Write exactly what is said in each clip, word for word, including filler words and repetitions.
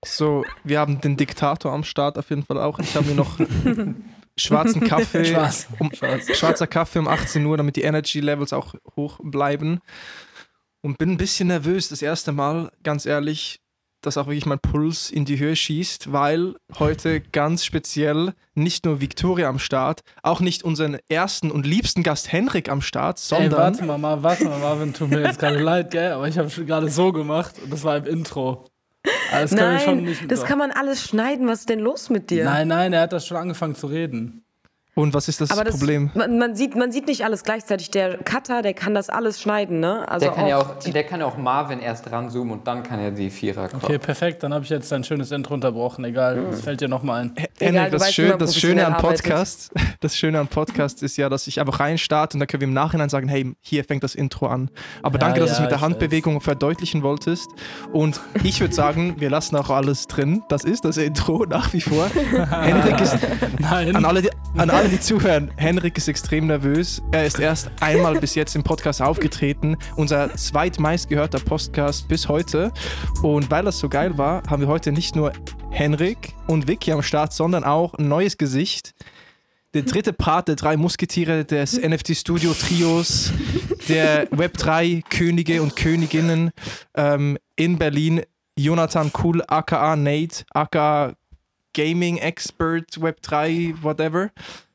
So, wir haben den Diktator am Start auf jeden Fall auch. Ich habe mir noch schwarzen Kaffee, Schwarz. um, Schwarz. schwarzer Kaffee um achtzehn Uhr, damit die Energy Levels auch hoch bleiben. Und bin ein bisschen nervös, das erste Mal, ganz ehrlich, dass auch wirklich mein Puls in die Höhe schießt, weil heute ganz speziell nicht nur Victoria am Start, auch nicht unseren ersten und liebsten Gast Henrik am Start, sondern... Ey, warte mal, mal, warte mal, Marvin, tut mir jetzt gerade leid, gell, aber ich habe schon gerade so gemacht und das war im Intro. Aber das können wir Nein, schon nicht, das kann man alles schneiden. Was ist denn los mit dir? Nein, nein, er hat das schon angefangen zu reden. Und was ist das Aber das, Problem? Man, man, sieht, man sieht nicht alles gleichzeitig. Der Cutter, der kann das alles schneiden, ne? Also Der kann, ja auch, die- der kann ja auch Marvin erst ranzoomen und dann kann er die Vierer kommen. Okay, perfekt, dann habe ich jetzt dein schönes Intro unterbrochen, egal, das fällt dir nochmal ein. H- Egal, Henrik, du das, weißt, wie schön, man das Schöne an professionell Podcast, das Schöne an Podcast ist ja, dass ich einfach reinstarte und dann können wir im Nachhinein sagen, hey, hier fängt das Intro an. Aber Ja, danke, dass du es ja, mit der ich Handbewegung verdeutlichen wolltest. Und ich würde sagen, wir lassen auch alles drin. Das ist das Intro nach wie vor. Henrik ist, Nein. an alle, die, an alle, die zuhören, Henrik ist extrem nervös. Er ist erst einmal bis jetzt im Podcast aufgetreten. Unser zweitmeistgehörter Podcast bis heute. Und weil das so geil war, haben wir heute nicht nur Henrik und Vicky am Start, sondern auch ein neues Gesicht. Der dritte Part der drei Musketiere des N F T-Studio-Trios, der Web drei Könige und Königinnen ähm, in Berlin. Jonathan Cool, aka Nate, aka Gaming Expert, Web drei, whatever.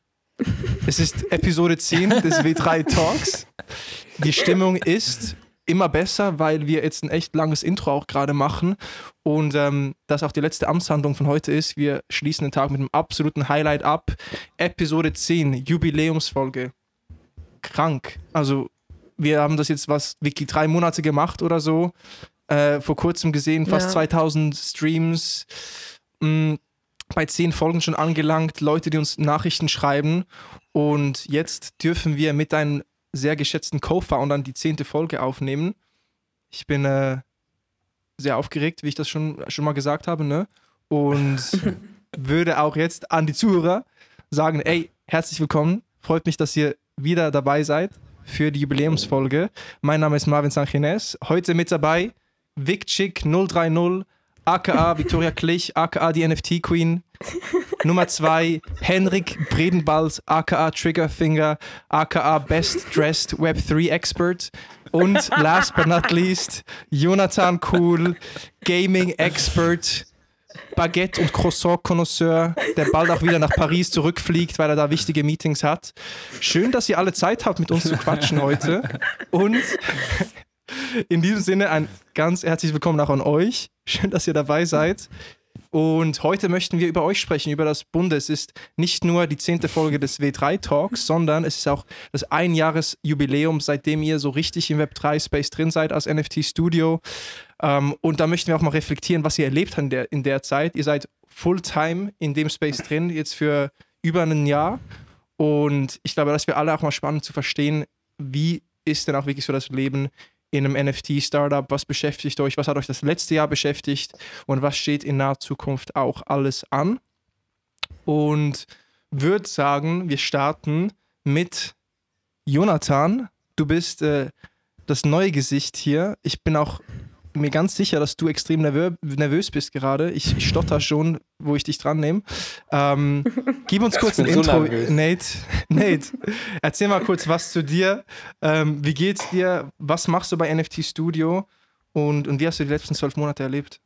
Es ist Episode zehn des W drei Talks. Die Stimmung ist immer besser, weil wir jetzt ein echt langes Intro auch gerade machen und ähm, das auch die letzte Amtshandlung von heute ist. Wir schließen den Tag mit einem absoluten Highlight ab. Episode zehn, Jubiläumsfolge. Krank. Also wir haben das jetzt, was, Wiki, drei Monate gemacht oder so. Äh, vor kurzem gesehen, fast Ja. zweitausend Streams. Mh, bei zehn Folgen schon angelangt, Leute, die uns Nachrichten schreiben. Und jetzt dürfen wir mit einem sehr geschätzten Co-Foundern die zehnte Folge aufnehmen. Ich bin äh, sehr aufgeregt, wie ich das schon, schon mal gesagt habe, ne? Und würde auch jetzt an die Zuhörer sagen, ey, herzlich willkommen. Freut mich, dass ihr wieder dabei seid für die Jubiläumsfolge. Mein Name ist Marvin Sanchines. Heute mit dabei VicChick null drei null, aka Victoria Klich, aka die N F T Queen. Nummer zwei, Henrik Bredenbalz, aka Triggerfinger, aka Best Dressed Web drei Expert. Und last but not least, Jonathan Cool, Gaming Expert, Baguette- und Croissant-Connoisseur, der bald auch wieder nach Paris zurückfliegt, weil er da wichtige Meetings hat. Schön, dass ihr alle Zeit habt, mit uns zu quatschen heute. Und in diesem Sinne ein ganz herzliches Willkommen auch an euch. Schön, dass ihr dabei seid. Und heute möchten wir über euch sprechen, über das Bunde. Es ist nicht nur die zehnte Folge des W drei Talks, sondern es ist auch das Einjahresjubiläum, seitdem ihr so richtig im Web drei Space drin seid als N F T Studio. Ähm, und da möchten wir auch mal reflektieren, was ihr erlebt habt in der, in der Zeit. Ihr seid Fulltime in dem Space drin, jetzt für über ein Jahr. Und ich glaube, das wäre alle auch mal spannend zu verstehen, wie ist denn auch wirklich so das Leben in einem N F T-Startup, was beschäftigt euch, was hat euch das letzte Jahr beschäftigt und was steht in naher Zukunft auch alles an. Und würde sagen, wir starten mit Jonathan. Du bist äh, das neue Gesicht hier. Ich bin auch mir ganz sicher, dass du extrem nervö- nervös bist gerade. Ich, ich stotter schon, wo ich dich dran nehme. Ähm, gib uns kurz ein bin so Intro, nervös. Nate. Nate, erzähl mal kurz was zu dir. Ähm, wie geht's dir? Was machst du bei N F T Studio? Und, und wie hast du die letzten zwölf Monate erlebt?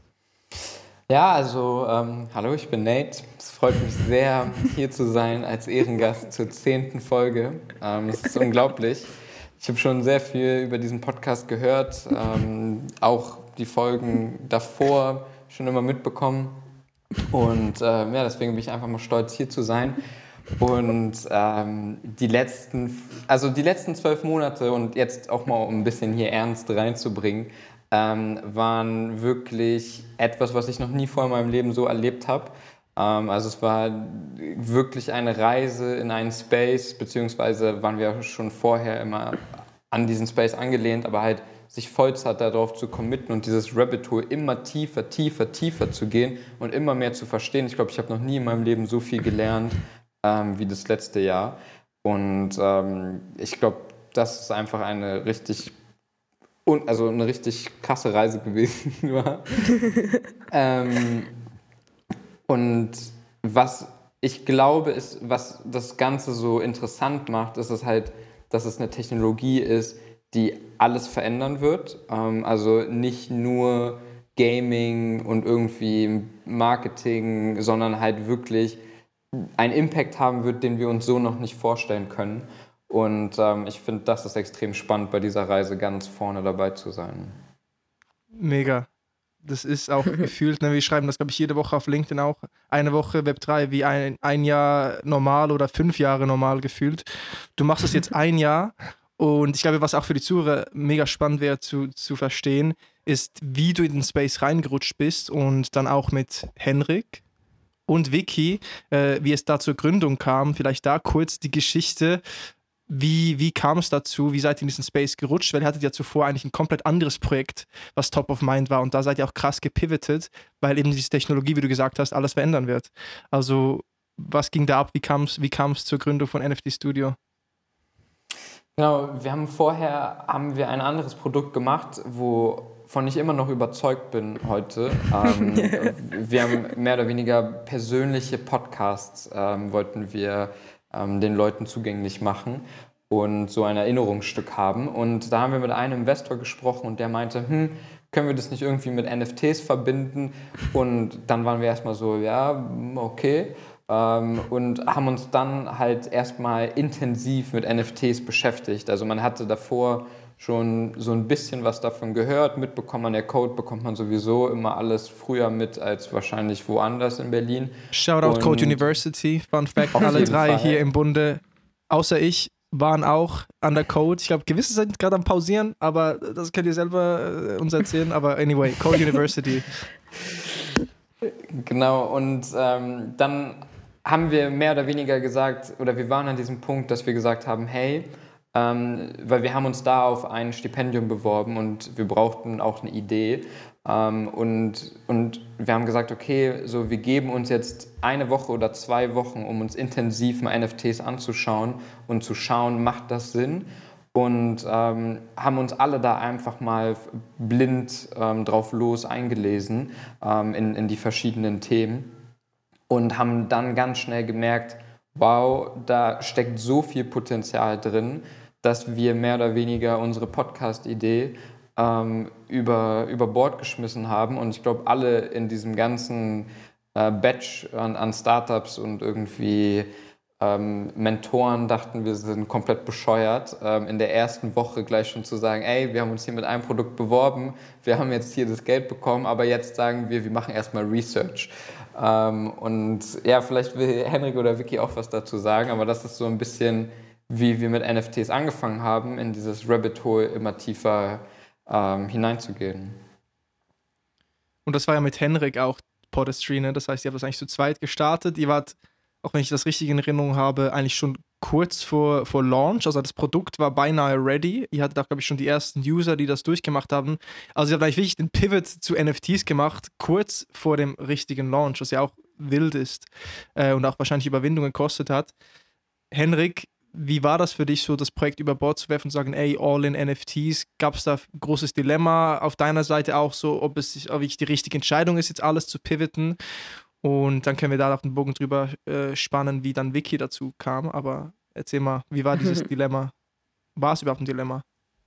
Ja, also, ähm, hallo, ich bin Nate. Es freut mich sehr, hier zu sein als Ehrengast zur zehnten Folge. Ähm, es ist unglaublich. Ich habe schon sehr viel über diesen Podcast gehört, ähm, auch die Folgen davor schon immer mitbekommen. Und ähm, ja, deswegen bin ich einfach mal stolz, hier zu sein. Und ähm, die letzten, also die letzten zwölf Monate und jetzt auch mal um ein bisschen hier Ernst reinzubringen, ähm, waren wirklich etwas, was ich noch nie vor in meinem Leben so erlebt habe. Ähm, also es war wirklich eine Reise in einen Space, beziehungsweise waren wir schon vorher immer an diesen Space angelehnt, aber halt sich Vollzeit darauf zu committen und dieses Rabbit Hole immer tiefer, tiefer, tiefer zu gehen und immer mehr zu verstehen. Ich glaube, ich habe noch nie in meinem Leben so viel gelernt ähm, wie das letzte Jahr. Und ähm, ich glaube, das ist einfach eine richtig und, also eine richtig krasse Reise gewesen war. ähm, und was ich glaube, ist, was das Ganze so interessant macht, ist es halt, dass es eine Technologie ist, die alles verändern wird. Ähm, also nicht nur Gaming und irgendwie Marketing, sondern halt wirklich einen Impact haben wird, den wir uns so noch nicht vorstellen können. Und ähm, ich finde, das ist extrem spannend, bei dieser Reise ganz vorne dabei zu sein. Mega. Das ist auch gefühlt, ne, wir schreiben das, glaube ich, jede Woche auf LinkedIn auch. Eine Woche Web drei wie ein, ein Jahr normal oder fünf Jahre normal gefühlt. Du machst es jetzt ein Jahr und ich glaube, was auch für die Zuhörer mega spannend wäre zu, zu verstehen, ist, wie du in den Space reingerutscht bist und dann auch mit Henrik und Vicky, äh, wie es da zur Gründung kam. Vielleicht da kurz die Geschichte. Wie, wie kam es dazu? Wie seid ihr in diesen Space gerutscht? Weil ihr hattet ja zuvor eigentlich ein komplett anderes Projekt, was top of mind war. Und da seid ihr auch krass gepivotet, weil eben diese Technologie, wie du gesagt hast, alles verändern wird. Also, was ging da ab? Wie kam es wie kam's zur Gründung von N F T Studio? Genau, wir haben vorher haben wir ein anderes Produkt gemacht, wovon ich immer noch überzeugt bin heute. Ähm, wir haben mehr oder weniger persönliche Podcasts, ähm, wollten wir ähm, den Leuten zugänglich machen und so ein Erinnerungsstück haben. Und da haben wir mit einem Investor gesprochen und der meinte, hm, können wir das nicht irgendwie mit N F Ts verbinden? Und dann waren wir erstmal so, ja, okay. Ähm, und haben uns dann halt erstmal intensiv mit N F Ts beschäftigt. Also man hatte davor schon so ein bisschen was davon gehört, mitbekommen man, der Code bekommt man sowieso immer alles früher mit als wahrscheinlich woanders in Berlin. Shoutout Und Code University, Fun Fact, auf alle jeden drei Fall. hier im Bunde, außer ich, waren auch an der Code. Ich glaube, gewisse sind gerade am Pausieren, aber das könnt ihr selber äh, uns erzählen. Aber anyway, Code University. Genau, und ähm, dann haben wir mehr oder weniger gesagt, oder wir waren an diesem Punkt, dass wir gesagt haben, hey, ähm, weil wir haben uns da auf ein Stipendium beworben und wir brauchten auch eine Idee. Ähm, und, und wir haben gesagt, okay, so wir geben uns jetzt eine Woche oder zwei Wochen, um uns intensiv mal N F Ts anzuschauen und zu schauen, macht das Sinn? Und ähm, haben uns alle da einfach mal blind ähm, drauf los eingelesen ähm, in, in die verschiedenen Themen und haben dann ganz schnell gemerkt, wow, da steckt so viel Potenzial drin, dass wir mehr oder weniger unsere Podcast-Idee ähm, über, über Bord geschmissen haben. Und ich glaube, alle in diesem ganzen äh, Batch an, an Startups und irgendwie ähm, Mentoren dachten, wir sind komplett bescheuert, ähm, in der ersten Woche gleich schon zu sagen, ey, wir haben uns hier mit einem Produkt beworben, wir haben jetzt hier das Geld bekommen, aber jetzt sagen wir, wir machen erstmal Research. Ähm, und ja, vielleicht will Henrik oder Vicky auch was dazu sagen, aber das ist so ein bisschen, wie wir mit N F Ts angefangen haben, in dieses Rabbit Hole immer tiefer ähm, hineinzugehen. Und das war ja mit Henrik auch Podestry, ne? Das heißt, ihr habt das eigentlich zu zweit gestartet. Ihr wart, auch wenn ich das richtig in Erinnerung habe, eigentlich schon kurz vor, vor Launch. Also das Produkt war beinahe ready. Ihr hattet auch, glaube ich, schon die ersten User, die das durchgemacht haben. Also ihr habt eigentlich wirklich den Pivot zu N F Ts gemacht, kurz vor dem richtigen Launch, was ja auch wild ist äh, und auch wahrscheinlich Überwindung gekostet hat. Henrik, wie war das für dich, so das Projekt über Bord zu werfen und sagen, ey, all in N F Ts? Gab es da ein großes Dilemma auf deiner Seite auch so, ob es ob ich die richtige Entscheidung ist, jetzt alles zu pivoten? Und dann können wir da auch den Bogen drüber äh, spannen, wie dann Vicky dazu kam. Aber erzähl mal, wie war dieses Dilemma? War es überhaupt ein Dilemma?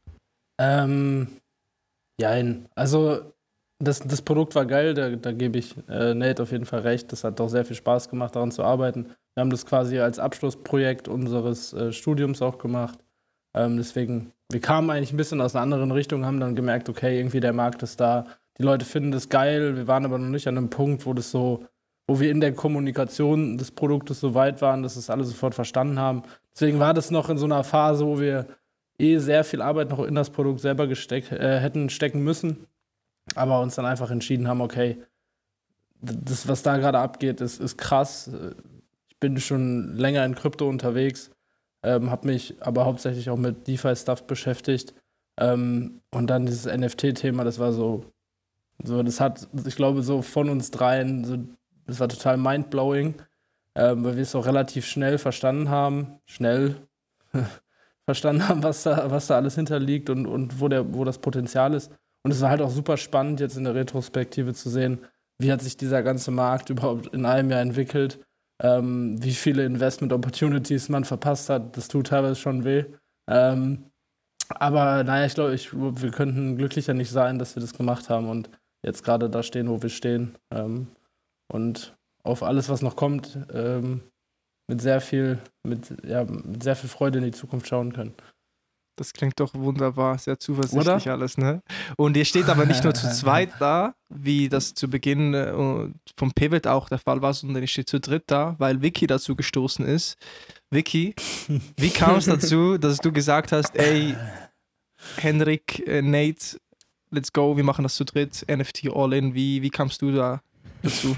Ähm, jein. Also das, das Produkt war geil, da, da gebe ich äh, Nate auf jeden Fall recht. Das hat doch sehr viel Spaß gemacht, daran zu arbeiten. Wir haben das quasi als Abschlussprojekt unseres äh, Studiums auch gemacht. Ähm, deswegen, wir kamen eigentlich ein bisschen aus einer anderen Richtung, haben dann gemerkt, okay, irgendwie der Markt ist da. Die Leute finden das geil. Wir waren aber noch nicht an einem Punkt, wo das so, wo wir in der Kommunikation des Produktes so weit waren, dass es alle sofort verstanden haben. Deswegen war das noch in so einer Phase, wo wir eh sehr viel Arbeit noch in das Produkt selber gesteckt, äh, hätten stecken müssen, aber uns dann einfach entschieden haben, okay, das, was da gerade abgeht, ist, ist krass. Ich bin schon länger in Krypto unterwegs, ähm, habe mich aber hauptsächlich auch mit DeFi-Stuff beschäftigt. Ähm, und dann dieses N F T-Thema, das war so, so, das hat, ich glaube, so von uns dreien, so, das war total mindblowing, ähm, weil wir es auch relativ schnell verstanden haben. Schnell. verstanden haben, was da, was da alles hinterliegt und, und wo, der, wo das Potenzial ist. Und es war halt auch super spannend, jetzt in der Retrospektive zu sehen, wie hat sich dieser ganze Markt überhaupt in einem Jahr entwickelt, ähm, wie viele Investment-Opportunities man verpasst hat. Das tut teilweise schon weh. Ähm, aber naja, ich glaube, ich, wir könnten glücklicher nicht sein, dass wir das gemacht haben und jetzt gerade da stehen, wo wir stehen. Ähm, und auf alles, was noch kommt, ähm, mit sehr viel, mit, ja, mit sehr viel Freude in die Zukunft schauen können. Das klingt doch wunderbar, sehr zuversichtlich Oder? alles, ne? Und ihr steht aber nicht nur zu zweit da, wie das zu Beginn äh, vom Pivot auch der Fall war, sondern ihr steht zu dritt da, weil Vicky dazu gestoßen ist. Vicky, wie kam es dazu, dass du gesagt hast, ey, Henrik, äh, Nate, let's go, wir machen das zu dritt, N F T All-In, wie, wie kamst du da dazu?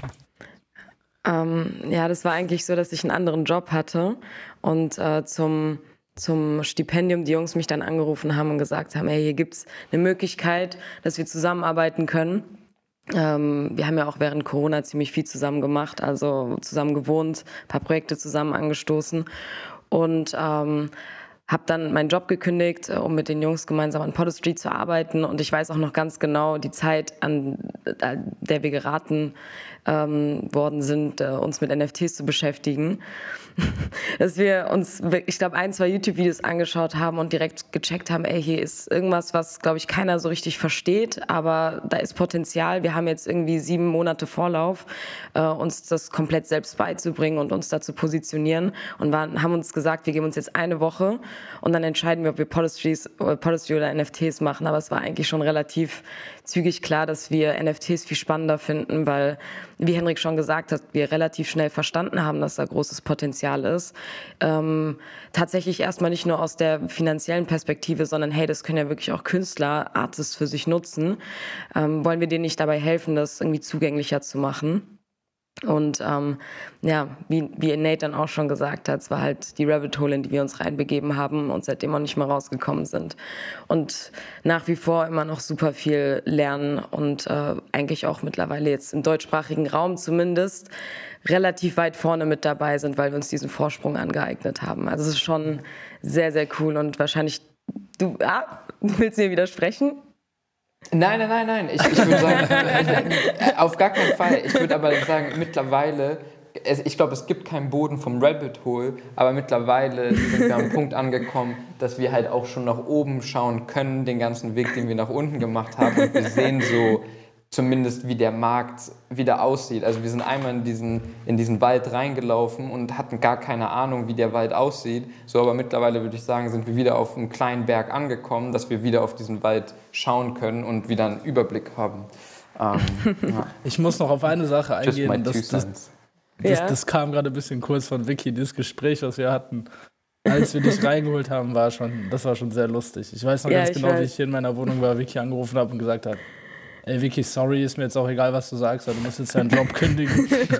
Ähm, ja, das war eigentlich so, dass ich einen anderen Job hatte und äh, zum zum Stipendium die Jungs mich dann angerufen haben und gesagt haben, hey, hier gibt es eine Möglichkeit, dass wir zusammenarbeiten können. Ähm, wir haben ja auch während Corona ziemlich viel zusammen gemacht, also zusammen gewohnt, ein paar Projekte zusammen angestoßen und ähm, habe dann meinen Job gekündigt, um mit den Jungs gemeinsam an Poddustry zu arbeiten und ich weiß auch noch ganz genau die Zeit, an der wir geraten ähm, worden sind, äh, uns mit N F Ts zu beschäftigen. Dass wir uns, ich glaube, ein, zwei YouTube-Videos angeschaut haben und direkt gecheckt haben, ey, hier ist irgendwas, was, glaube ich, keiner so richtig versteht, aber da ist Potenzial. Wir haben jetzt irgendwie sieben Monate Vorlauf, äh, uns das komplett selbst beizubringen und uns da zu positionieren und waren, haben uns gesagt, wir geben uns jetzt eine Woche und dann entscheiden wir, ob wir Poddustry oder N F Ts machen, aber es war eigentlich schon relativ zügig klar, dass wir N F Ts viel spannender finden, weil, wie Henrik schon gesagt hat, wir relativ schnell verstanden haben, dass da großes Potenzial ist. Ähm, tatsächlich erstmal nicht nur aus der finanziellen Perspektive, sondern hey, das können ja wirklich auch Künstler, Artists für sich nutzen. Ähm, wollen wir denen nicht dabei helfen, das irgendwie zugänglicher zu machen? Und ähm, ja, wie, wie Nate dann auch schon gesagt hat, es war halt die Rabbit Hole, in die wir uns reinbegeben haben und seitdem auch nicht mehr rausgekommen sind. Und nach wie vor immer noch super viel lernen und äh, eigentlich auch mittlerweile jetzt im deutschsprachigen Raum zumindest relativ weit vorne mit dabei sind, weil wir uns diesen Vorsprung angeeignet haben. Also es ist schon sehr, sehr cool und wahrscheinlich, du, ah, willst du mir widersprechen? Nein, nein, nein, nein. Ich, ich würde sagen, auf gar keinen Fall. Ich würde aber sagen, mittlerweile, es, ich glaube, es gibt keinen Boden vom Rabbit Hole, aber mittlerweile sind wir am Punkt angekommen, dass wir halt auch schon nach oben schauen können, den ganzen Weg, den wir nach unten gemacht haben. Und wir sehen so zumindest, wie der Markt wieder aussieht. Also wir sind einmal in diesen, in diesen Wald reingelaufen und hatten gar keine Ahnung, wie der Wald aussieht. So, aber mittlerweile würde ich sagen, sind wir wieder auf einem kleinen Berg angekommen, dass wir wieder auf diesen Wald schauen können und wieder einen Überblick haben. Ähm, ja. Ich muss noch auf eine Sache eingehen. Das, das, das, Ja. das kam gerade ein bisschen kurz von Vicky, dieses Gespräch, was wir hatten. Als wir dich reingeholt haben, war schon, das war schon sehr lustig. Ich weiß noch Ja, ganz ich genau, weiß. wie ich hier in meiner Wohnung war, Vicky angerufen habe und gesagt habe, ey Vicky, sorry, ist mir jetzt auch egal, was du sagst, aber du musst jetzt deinen Job kündigen.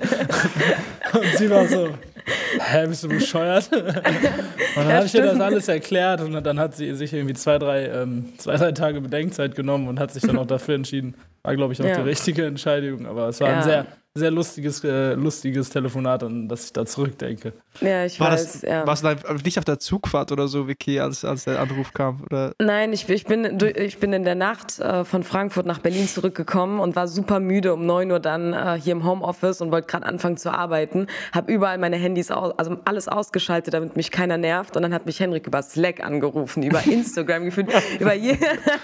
Und sie war so, hä, bist du bescheuert? Und dann Ja, habe ich ihr das stimmt. alles erklärt und dann hat sie sich irgendwie zwei, drei, ähm, zwei, drei Tage Bedenkzeit genommen und hat sich dann auch dafür entschieden. War, glaube ich, auch Ja. die richtige Entscheidung, aber es war Ja. ein sehr, sehr lustiges, äh, lustiges Telefonat, an das ich da zurückdenke. Ja, ich War weiß, das, ja. warst du da nicht auf der Zugfahrt oder so, Vicky, als, als der Anruf kam? Oder? Nein, ich, ich, bin, du- ich bin in der Nacht äh, von Frankfurt nach Berlin zurückgekommen und war super müde um neun Uhr dann äh, hier im Homeoffice und wollte gerade anfangen zu arbeiten. Habe überall meine Handys, aus, also alles ausgeschaltet, damit mich keiner nervt. Und dann hat mich Henrik über Slack angerufen, über Instagram gefühlt, über, je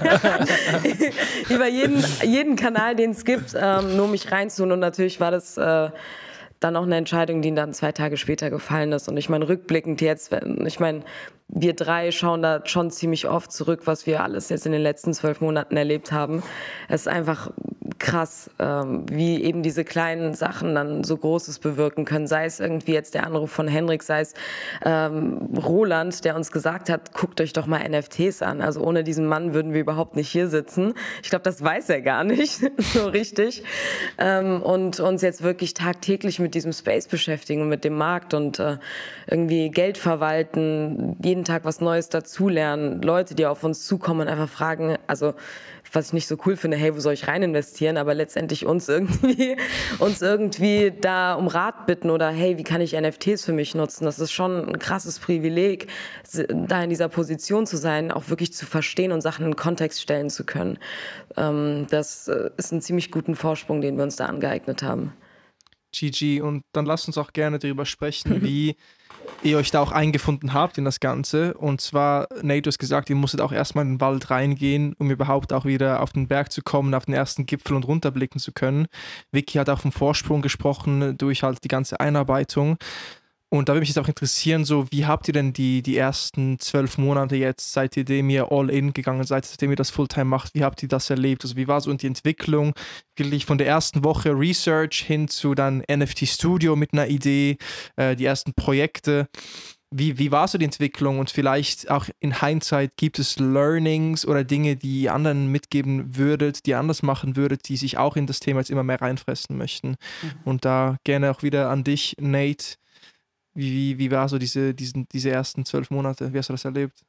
über jeden, jeden Kanal, den es gibt, ähm, nur mich reinzuholen. Und natürlich war das äh, dann auch eine Entscheidung, die dann zwei Tage später gefallen ist. Und ich meine, rückblickend jetzt, wenn- ich meine, wir drei schauen da schon ziemlich oft zurück, was wir alles jetzt in den letzten zwölf Monaten erlebt haben. Es ist einfach krass, ähm, wie eben diese kleinen Sachen dann so Großes bewirken können. Sei es irgendwie jetzt der Anruf von Henrik, sei es ähm, Roland, der uns gesagt hat, guckt euch doch mal N F Ts an. Also ohne diesen Mann würden wir überhaupt nicht hier sitzen. Ich glaube, das weiß er gar nicht so richtig. Ähm, und uns jetzt wirklich tagtäglich mit diesem Space beschäftigen und mit dem Markt und äh, irgendwie Geld verwalten, jeden Tag was Neues dazulernen, Leute, die auf uns zukommen und einfach fragen, also was ich nicht so cool finde, hey, wo soll ich rein investieren, aber letztendlich uns irgendwie, uns irgendwie da um Rat bitten oder hey, wie kann ich N F Ts für mich nutzen? Das ist schon ein krasses Privileg, da in dieser Position zu sein, auch wirklich zu verstehen und Sachen in Kontext stellen zu können. Das ist ein ziemlich guten Vorsprung, den wir uns da angeeignet haben. G G, und dann lasst uns auch gerne darüber sprechen, wie ihr euch da auch eingefunden habt in das Ganze. Und zwar, Nate, du hast gesagt, ihr musstet auch erstmal in den Wald reingehen, um überhaupt auch wieder auf den Berg zu kommen, auf den ersten Gipfel und runterblicken zu können. Vicky hat auch vom Vorsprung gesprochen, durch halt die ganze Einarbeitung. Und da würde mich jetzt auch interessieren, so wie habt ihr denn die, die ersten zwölf Monate jetzt, seitdem ihr all in gegangen seid, seitdem ihr das Fulltime macht, wie habt ihr das erlebt? Also wie war so die Entwicklung, wirklich von der ersten Woche Research hin zu dann N F T Studio mit einer Idee, äh, die ersten Projekte. Wie, wie war so die Entwicklung und vielleicht auch in Hindsight, gibt es Learnings oder Dinge, die ihr anderen mitgeben würdet, die ihr anders machen würdet, die sich auch in das Thema jetzt immer mehr reinfressen möchten? Mhm. Und da gerne auch wieder an dich, Nate. Wie, wie war so diese, diesen, diese ersten zwölf Monate? Wie hast du das erlebt?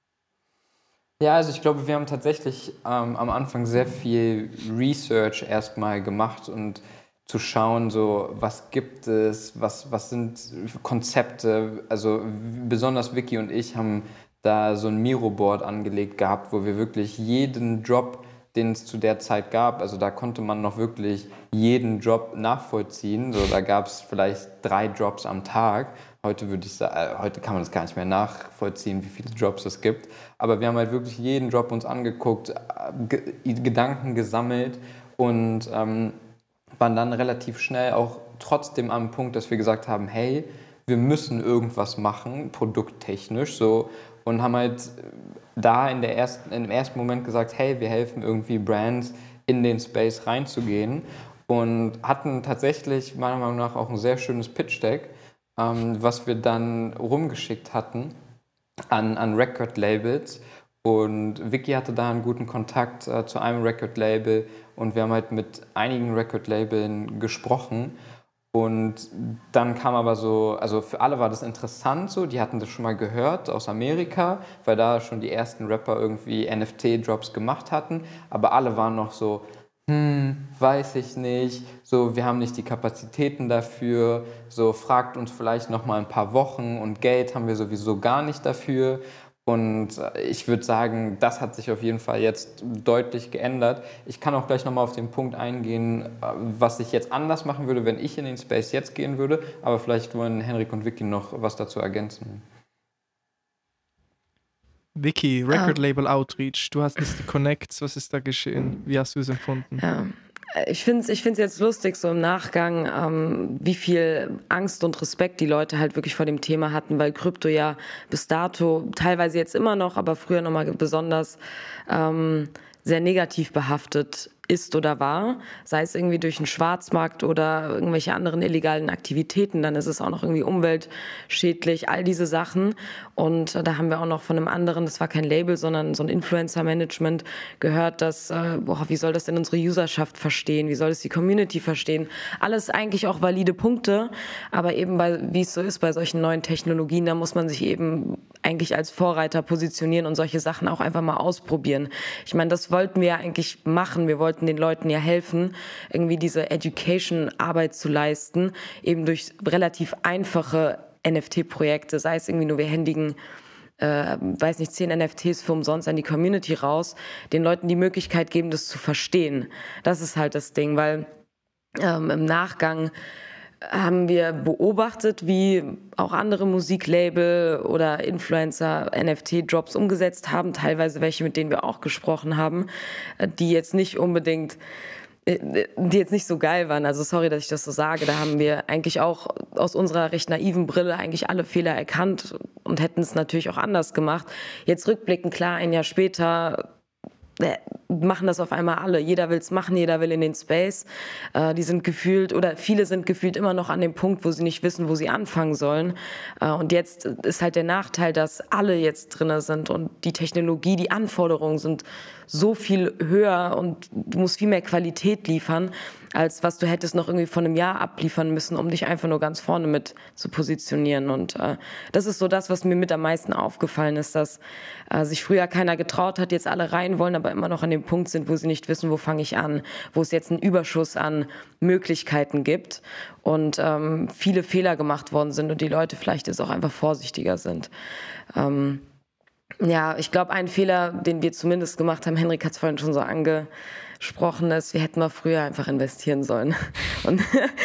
Ja, also ich glaube, wir haben tatsächlich ähm, am Anfang sehr viel Research erstmal gemacht und zu schauen, so was gibt es, was, was sind Konzepte. Also besonders Vicky und ich haben da so ein Miro-Board angelegt gehabt, wo wir wirklich jeden Drop, den es zu der Zeit gab, also da konnte man noch wirklich jeden Drop nachvollziehen. So, da gab es vielleicht drei Drops am Tag. Heute würde ich sagen, heute kann man das gar nicht mehr nachvollziehen, wie viele Drops es gibt. Aber wir haben halt wirklich jeden Drop uns angeguckt, G- Gedanken gesammelt und ähm, waren dann relativ schnell auch trotzdem am Punkt, dass wir gesagt haben, hey, wir müssen irgendwas machen, produkttechnisch, so, und haben halt da in der ersten, im ersten Moment gesagt, hey, wir helfen irgendwie Brands in den Space reinzugehen und hatten tatsächlich meiner Meinung nach auch ein sehr schönes Pitch-Deck, ähm, was wir dann rumgeschickt hatten an, an Record-Labels, und Vicky hatte da einen guten Kontakt äh, zu einem Record-Label und wir haben halt mit einigen Record-Labeln gesprochen. Und dann kam aber so, also für alle war das interessant so, die hatten das schon mal gehört aus Amerika, weil da schon die ersten Rapper irgendwie N F T-Drops gemacht hatten, aber alle waren noch so, hm, weiß ich nicht, so, wir haben nicht die Kapazitäten dafür, so, fragt uns vielleicht noch mal ein paar Wochen, und Geld haben wir sowieso gar nicht dafür. Und ich würde sagen, das hat sich auf jeden Fall jetzt deutlich geändert. Ich kann auch gleich nochmal auf den Punkt eingehen, was ich jetzt anders machen würde, wenn ich in den Space jetzt gehen würde. Aber vielleicht wollen Henrik und Vicky noch was dazu ergänzen. Vicky, Record Label ah. Outreach, du hast jetzt die Connects, was ist da geschehen? Wie hast du es empfunden? Ja. Ich finde es ich find's jetzt lustig, so im Nachgang, ähm, wie viel Angst und Respekt die Leute halt wirklich vor dem Thema hatten, weil Krypto ja bis dato, teilweise jetzt immer noch, aber früher nochmal besonders ähm, sehr negativ behaftet ist oder war, sei es irgendwie durch den Schwarzmarkt oder irgendwelche anderen illegalen Aktivitäten, dann ist es auch noch irgendwie umweltschädlich, all diese Sachen. Und da haben wir auch noch von einem anderen, das war kein Label, sondern so ein Influencer-Management gehört, dass, äh, boah, wie soll das denn unsere Userschaft verstehen, wie soll das die Community verstehen? Alles eigentlich auch valide Punkte, aber eben, bei, wie es so ist bei solchen neuen Technologien, da muss man sich eben eigentlich als Vorreiter positionieren und solche Sachen auch einfach mal ausprobieren. Ich meine, das wollten wir ja eigentlich machen, wir wollten den Leuten ja helfen, irgendwie diese Education-Arbeit zu leisten, eben durch relativ einfache N F T-Projekte, sei es irgendwie nur wir händigen, äh, weiß nicht, zehn N F Ts für umsonst an die Community raus, den Leuten die Möglichkeit geben, das zu verstehen. Das ist halt das Ding, weil ähm, im Nachgang haben wir beobachtet, wie auch andere Musiklabel oder Influencer N F T-Drops umgesetzt haben, teilweise welche, mit denen wir auch gesprochen haben, die jetzt nicht unbedingt, die jetzt nicht so geil waren. Also sorry, dass ich das so sage, da haben wir eigentlich auch aus unserer recht naiven Brille eigentlich alle Fehler erkannt und hätten es natürlich auch anders gemacht. Jetzt rückblickend, klar, ein Jahr später machen das auf einmal alle. Jeder will es machen, jeder will in den Space. Äh, die sind gefühlt, oder viele sind gefühlt immer noch an dem Punkt, wo sie nicht wissen, wo sie anfangen sollen. Äh, und jetzt ist halt der Nachteil, dass alle jetzt drin sind und die Technologie, die Anforderungen sind so viel höher und du musst viel mehr Qualität liefern. als was du hättest noch irgendwie von einem Jahr abliefern müssen, um dich einfach nur ganz vorne mit zu positionieren. Und äh, das ist so das, was mir mit am meisten aufgefallen ist, dass äh, sich früher keiner getraut hat, jetzt alle rein wollen, aber immer noch an dem Punkt sind, wo sie nicht wissen, wo fange ich an, wo es jetzt einen Überschuss an Möglichkeiten gibt und ähm, viele Fehler gemacht worden sind und die Leute vielleicht jetzt auch einfach vorsichtiger sind. Ähm, ja, ich glaube, ein Fehler, den wir zumindest gemacht haben, Henrik hat es vorhin schon so angesprochen, ist, wir hätten mal früher einfach investieren sollen. Und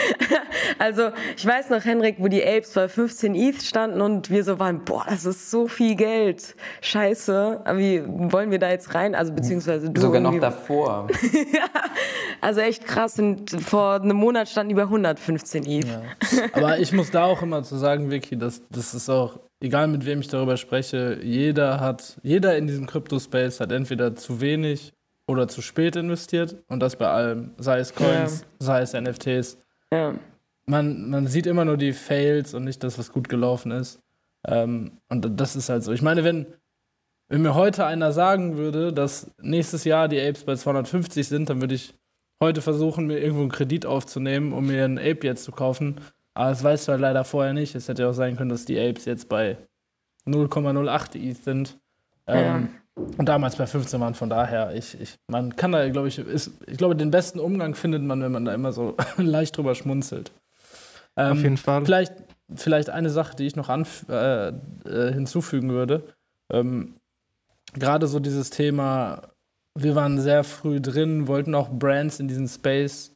also ich weiß noch, Henrik, wo die Apes bei fünfzehn E T H standen und wir so waren, boah, das ist so viel Geld, scheiße, aber wie wollen wir da jetzt rein? Also beziehungsweise du sogar irgendwie. noch davor. Ja, also echt krass, und vor einem Monat standen die bei hundertfünfzehn E T H. Ja. Aber ich muss da auch immer zu sagen, Vicky, dass das ist auch, egal mit wem ich darüber spreche, jeder hat, jeder in diesem Crypto-Space hat entweder zu wenig oder zu spät investiert und das bei allem, sei es Coins, ja. sei es N F Ts. Ja. Man, man sieht immer nur die Fails und nicht das, was gut gelaufen ist. Ähm, und das ist halt so. Ich meine, wenn, wenn mir heute einer sagen würde, dass nächstes Jahr die Apes bei zweihundertfünfzig sind, dann würde ich heute versuchen, mir irgendwo einen Kredit aufzunehmen, um mir einen Ape jetzt zu kaufen. Aber das weißt du halt leider vorher nicht. Es hätte ja auch sein können, dass die Apes jetzt bei null Komma null acht E T H sind. Ähm, ja. Und damals bei fünfzehn waren. Von daher, ich, ich, man kann da, glaube ich, ist, ich glaube, den besten Umgang findet man, wenn man da immer so leicht drüber schmunzelt. Ähm, Auf jeden Fall. Vielleicht, vielleicht eine Sache, die ich noch anf- äh, äh, hinzufügen würde. Ähm, Gerade so dieses Thema, wir waren sehr früh drin, wollten auch Brands in diesen Space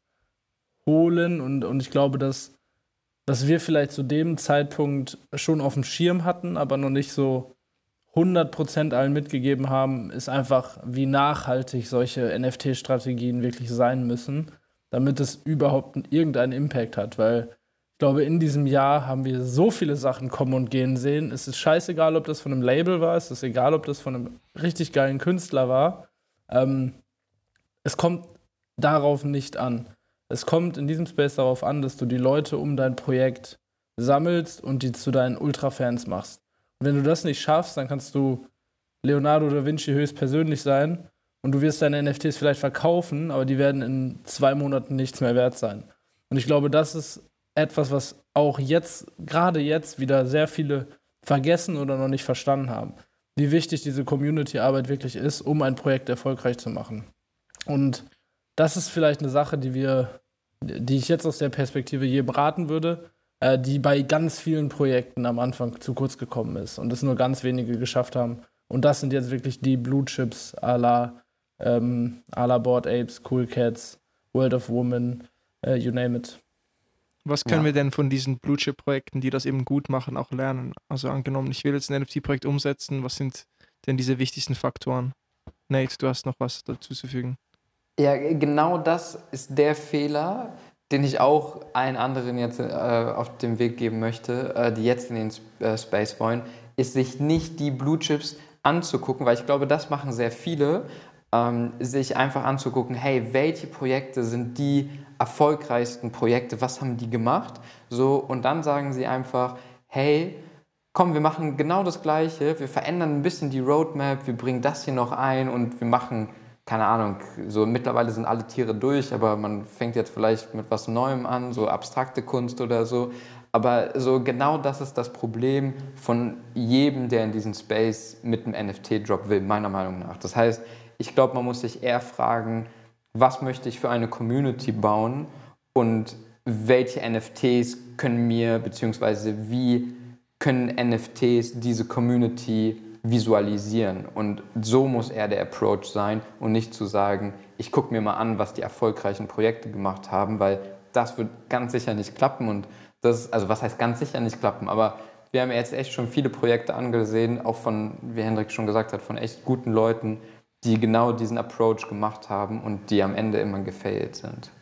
holen und, und ich glaube, dass, dass wir vielleicht zu dem Zeitpunkt schon auf dem Schirm hatten, aber noch nicht so hundert Prozent allen mitgegeben haben, ist einfach, wie nachhaltig solche N F T-Strategien wirklich sein müssen, damit es überhaupt irgendeinen Impact hat, weil ich glaube, in diesem Jahr haben wir so viele Sachen kommen und gehen sehen. Es ist scheißegal, ob das von einem Label war, es ist egal, ob das von einem richtig geilen Künstler war. Ähm, es kommt darauf nicht an. Es kommt in diesem Space darauf an, dass du die Leute um dein Projekt sammelst und die zu deinen Ultra-Fans machst. Und wenn du das nicht schaffst, dann kannst du Leonardo da Vinci höchstpersönlich sein und du wirst deine N F Ts vielleicht verkaufen, aber die werden in zwei Monaten nichts mehr wert sein. Und ich glaube, das ist etwas, was auch jetzt, gerade jetzt, wieder sehr viele vergessen oder noch nicht verstanden haben. Wie wichtig diese Community-Arbeit wirklich ist, um ein Projekt erfolgreich zu machen. Und das ist vielleicht eine Sache, die wir, die ich jetzt aus der Perspektive jedem raten würde, äh, die bei ganz vielen Projekten am Anfang zu kurz gekommen ist und es nur ganz wenige geschafft haben. Und das sind jetzt wirklich die Blue Chips à la, ähm, à la Bored Apes, Cool Cats, World of Women, äh, you name it. Was können Ja. wir denn von diesen Blue-Chip-Projekten, die das eben gut machen, auch lernen? Also angenommen, ich will jetzt ein N F T-Projekt umsetzen, was sind denn diese wichtigsten Faktoren? Nate, du hast noch was dazu zu fügen. Ja, genau das ist der Fehler, den ich auch allen anderen jetzt äh, auf den Weg geben möchte, äh, die jetzt in den Sp- äh, Space wollen, ist sich nicht die Blue Chips anzugucken, weil ich glaube, das machen sehr viele, ähm, sich einfach anzugucken, hey, welche Projekte sind die erfolgreichsten Projekte, was haben die gemacht? So, und dann sagen sie einfach, hey, komm, wir machen genau das Gleiche, wir verändern ein bisschen die Roadmap, wir bringen das hier noch ein und wir machen, keine Ahnung, so mittlerweile sind alle Tiere durch, aber man fängt jetzt vielleicht mit was Neuem an, so abstrakte Kunst oder so. Aber so genau das ist das Problem von jedem, der in diesen Space mit einem N F T-Drop will, meiner Meinung nach. Das heißt, ich glaube, man muss sich eher fragen, was möchte ich für eine Community bauen und welche N F Ts können mir, beziehungsweise wie können N F Ts diese Community visualisieren. Und so muss eher der Approach sein und nicht zu sagen, ich gucke mir mal an, was die erfolgreichen Projekte gemacht haben, weil das wird ganz sicher nicht klappen. Und das, also was heißt ganz sicher nicht klappen, aber wir haben jetzt echt schon viele Projekte angesehen, auch von, wie Hendrik schon gesagt hat, von echt guten Leuten, die genau diesen Approach gemacht haben und die am Ende immer gefailt sind.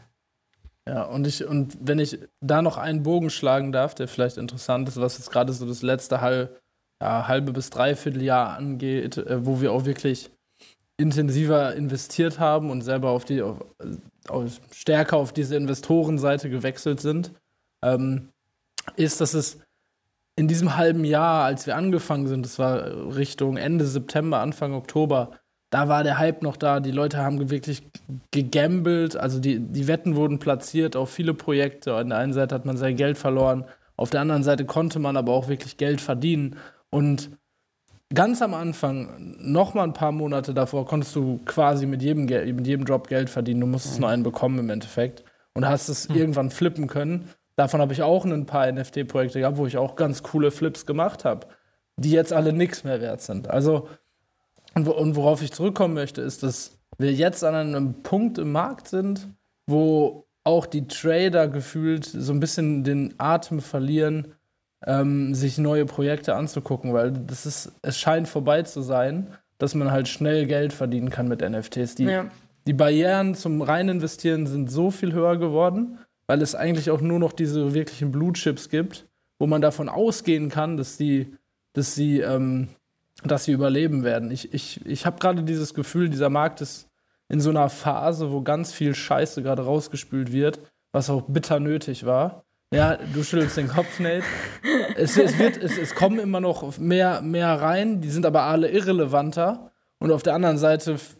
Ja, und ich, und wenn ich da noch einen Bogen schlagen darf, der vielleicht interessant ist, was jetzt gerade so das letzte halb, ja, halbe bis dreiviertel Jahr angeht, äh, wo wir auch wirklich intensiver investiert haben und selber auf die, auf, auf, stärker auf diese Investorenseite gewechselt sind, ähm, ist, dass es in diesem halben Jahr, als wir angefangen sind, das war Richtung Ende September, Anfang Oktober, da war der Hype noch da, die Leute haben wirklich gegambelt, also die, die Wetten wurden platziert auf viele Projekte. An der einen Seite hat man sein Geld verloren, auf der anderen Seite konnte man aber auch wirklich Geld verdienen. Und ganz am Anfang, noch mal ein paar Monate davor, konntest du quasi mit jedem, Gel- mit jedem Drop Geld verdienen. Du musstest mhm. nur einen bekommen im Endeffekt und hast es mhm. irgendwann flippen können. Davon habe ich auch ein paar N F T-Projekte gehabt, wo ich auch ganz coole Flips gemacht habe, die jetzt alle nichts mehr wert sind. Also, und, und worauf ich zurückkommen möchte, ist, dass wir jetzt an einem Punkt im Markt sind, wo auch die Trader gefühlt so ein bisschen den Atem verlieren, ähm, sich neue Projekte anzugucken, weil das ist, es scheint vorbei zu sein, dass man halt schnell Geld verdienen kann mit N F Ts. Die, ja. die Barrieren zum rein investieren sind so viel höher geworden, weil es eigentlich auch nur noch diese wirklichen Blue Chips gibt, wo man davon ausgehen kann, dass die, dass sie, ähm, dass sie überleben werden. Ich, ich, ich habe gerade dieses Gefühl, dieser Markt ist in so einer Phase, wo ganz viel Scheiße gerade rausgespült wird, was auch bitter nötig war. Ja, du schüttelst den Kopf, Nate. Es, es, wird, es, es kommen immer noch mehr, mehr rein, die sind aber alle irrelevanter. Und auf der anderen Seite f-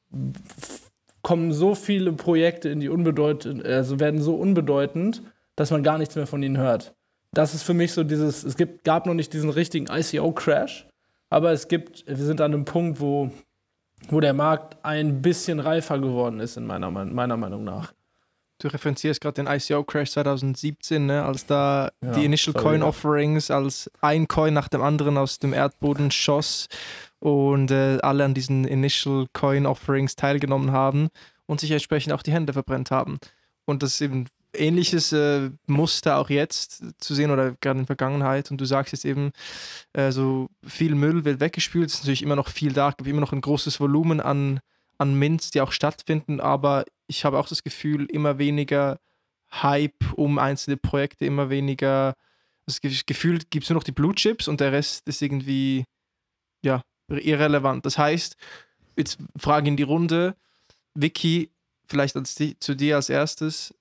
f- kommen so viele Projekte in die unbedeutend, also werden so unbedeutend, dass man gar nichts mehr von ihnen hört. Das ist für mich so dieses, es gibt, gab noch nicht diesen richtigen I C O-Crash, aber es gibt, wir sind an einem Punkt, wo, wo der Markt ein bisschen reifer geworden ist, in meiner, meiner Meinung nach. Du referenzierst gerade den I C O-Crash zwanzig siebzehn, ne, als da ja, die Initial sorry, Coin ja. Offerings, als ein Coin nach dem anderen aus dem Erdboden schoss und äh, alle an diesen Initial Coin Offerings teilgenommen haben und sich entsprechend auch die Hände verbrennt haben. Und das ist eben ähnliches äh, Muster auch jetzt zu sehen oder gerade in der Vergangenheit. Und du sagst jetzt eben, äh, so viel Müll wird weggespült, es ist natürlich immer noch viel da, es gibt immer noch ein großes Volumen an, an Mints, die auch stattfinden, aber ich habe auch das Gefühl, immer weniger Hype um einzelne Projekte, immer weniger, das Gefühl, gibt es nur noch die Blue Chips und der Rest ist irgendwie, ja, irrelevant. Das heißt, jetzt Frage in die Runde, Vicky, vielleicht als die, zu dir als erstes,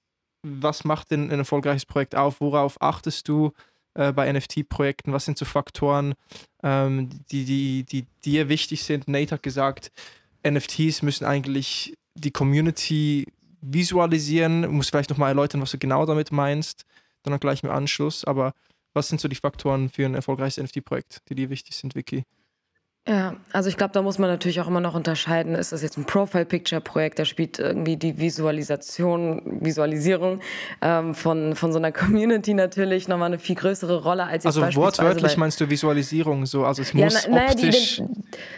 was macht denn ein erfolgreiches Projekt auf? Worauf achtest du äh, bei N F T-Projekten? Was sind so Faktoren, ähm, die, die, die dir wichtig sind? Nate hat gesagt, N F Ts müssen eigentlich die Community visualisieren. Du musst vielleicht nochmal erläutern, was du genau damit meinst. Dann auch gleich im Anschluss. Aber was sind so die Faktoren für ein erfolgreiches N F T-Projekt, die dir wichtig sind, Vicky? Ja, also ich glaube, da muss man natürlich auch immer noch unterscheiden, ist das jetzt ein Profile-Picture-Projekt, da spielt irgendwie die Visualisation, Visualisierung ähm, von, von so einer Community natürlich nochmal eine viel größere Rolle als jetzt also beispielsweise... Also wortwörtlich meinst du Visualisierung, so, also es ja, muss na, naja, optisch... Die,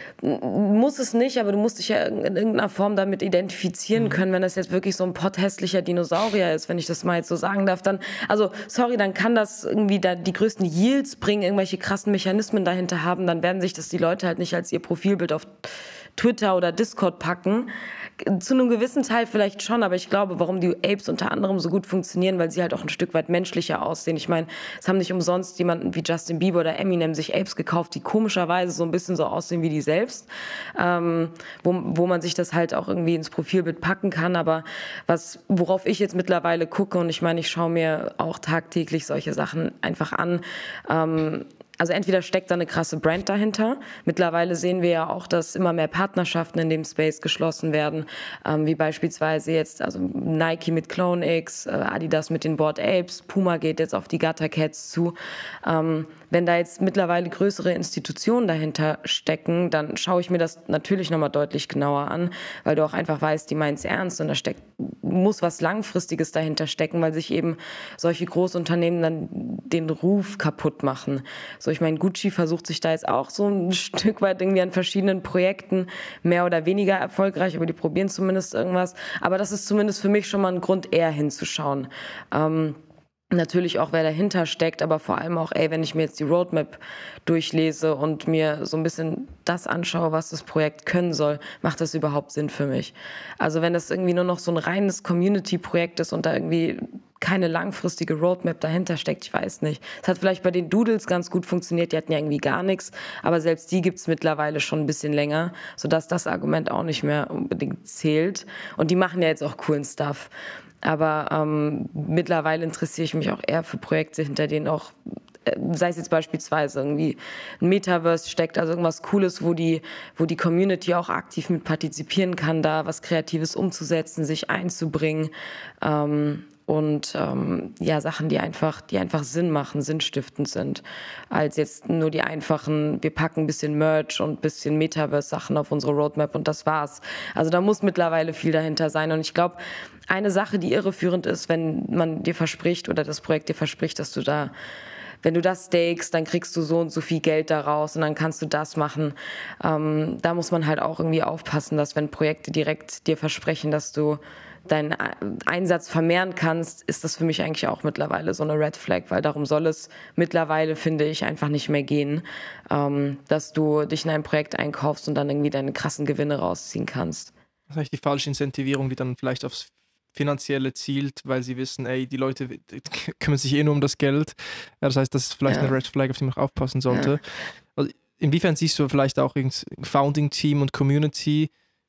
muss es nicht, aber du musst dich ja in irgendeiner Form damit identifizieren mhm. können, wenn das jetzt wirklich so ein potthässlicher Dinosaurier ist, wenn ich das mal jetzt so sagen darf, dann, also sorry, dann kann das irgendwie da die größten Yields bringen, irgendwelche krassen Mechanismen dahinter haben, dann werden sich das die Leute halt nicht als ihr Profilbild auf Twitter oder Discord packen. Zu einem gewissen Teil vielleicht schon, aber ich glaube, warum die Apes unter anderem so gut funktionieren, weil sie halt auch ein Stück weit menschlicher aussehen. Ich meine, es haben nicht umsonst jemanden wie Justin Bieber oder Eminem sich Apes gekauft, die komischerweise so ein bisschen so aussehen wie die selbst, ähm, wo, wo man sich das halt auch irgendwie ins Profilbild packen kann. Aber was, worauf ich jetzt mittlerweile gucke, und ich meine, ich schaue mir auch tagtäglich solche Sachen einfach an, ähm, also entweder steckt da eine krasse Brand dahinter. Mittlerweile sehen wir ja auch, dass immer mehr Partnerschaften in dem Space geschlossen werden, ähm, wie beispielsweise jetzt also Nike mit CloneX, äh, Adidas mit den Bored Apes, Puma geht jetzt auf die Gutter Cats zu. Ähm, wenn da jetzt mittlerweile größere Institutionen dahinter stecken, dann schaue ich mir das natürlich nochmal deutlich genauer an, weil du auch einfach weißt, die meinen es ernst und da steckt, muss was Langfristiges dahinter stecken, weil sich eben solche Großunternehmen dann den Ruf kaputt machen. So, ich meine, Gucci versucht sich da jetzt auch so ein Stück weit irgendwie an verschiedenen Projekten mehr oder weniger erfolgreich, aber die probieren zumindest irgendwas. Aber das ist zumindest für mich schon mal ein Grund, eher hinzuschauen. Ähm, Natürlich auch, wer dahinter steckt, aber vor allem auch, ey, wenn ich mir jetzt die Roadmap durchlese und mir so ein bisschen das anschaue, was das Projekt können soll, macht das überhaupt Sinn für mich? Also wenn das irgendwie nur noch so ein reines Community-Projekt ist und da irgendwie keine langfristige Roadmap dahinter steckt, ich weiß nicht. Es hat vielleicht bei den Doodles ganz gut funktioniert, die hatten ja irgendwie gar nichts, aber selbst die gibt es mittlerweile schon ein bisschen länger, sodass das Argument auch nicht mehr unbedingt zählt. Und die machen ja jetzt auch coolen Stuff. Aber ähm, mittlerweile interessiere ich mich auch eher für Projekte, hinter denen auch sei es jetzt beispielsweise irgendwie ein Metaverse steckt, also irgendwas Cooles, wo die, wo die Community auch aktiv mit partizipieren kann, da was Kreatives umzusetzen, sich einzubringen. Ähm, und ähm, ja, Sachen, die einfach, die einfach Sinn machen, sinnstiftend sind, als jetzt nur die einfachen, wir packen ein bisschen Merch und ein bisschen Metaverse-Sachen auf unsere Roadmap und das war's. Also da muss mittlerweile viel dahinter sein und ich glaube, eine Sache, die irreführend ist, wenn man dir verspricht oder das Projekt dir verspricht, dass du da, wenn du das stakest, dann kriegst du so und so viel Geld daraus und dann kannst du das machen. Ähm, da muss man halt auch irgendwie aufpassen, dass wenn Projekte direkt dir versprechen, dass du deinen Einsatz vermehren kannst, ist das für mich eigentlich auch mittlerweile so eine Red Flag, weil darum soll es mittlerweile, finde ich, einfach nicht mehr gehen, ähm, dass du dich in ein Projekt einkaufst und dann irgendwie deine krassen Gewinne rausziehen kannst. Das ist eigentlich die falsche Incentivierung, die dann vielleicht aufs Finanzielle zielt, weil sie wissen, ey, die Leute kümmern sich eh nur um das Geld. Ja, das heißt, das ist vielleicht ja. eine Red Flag, auf die man auch aufpassen sollte. Ja. Also inwiefern siehst du vielleicht auch Founding-Team und Community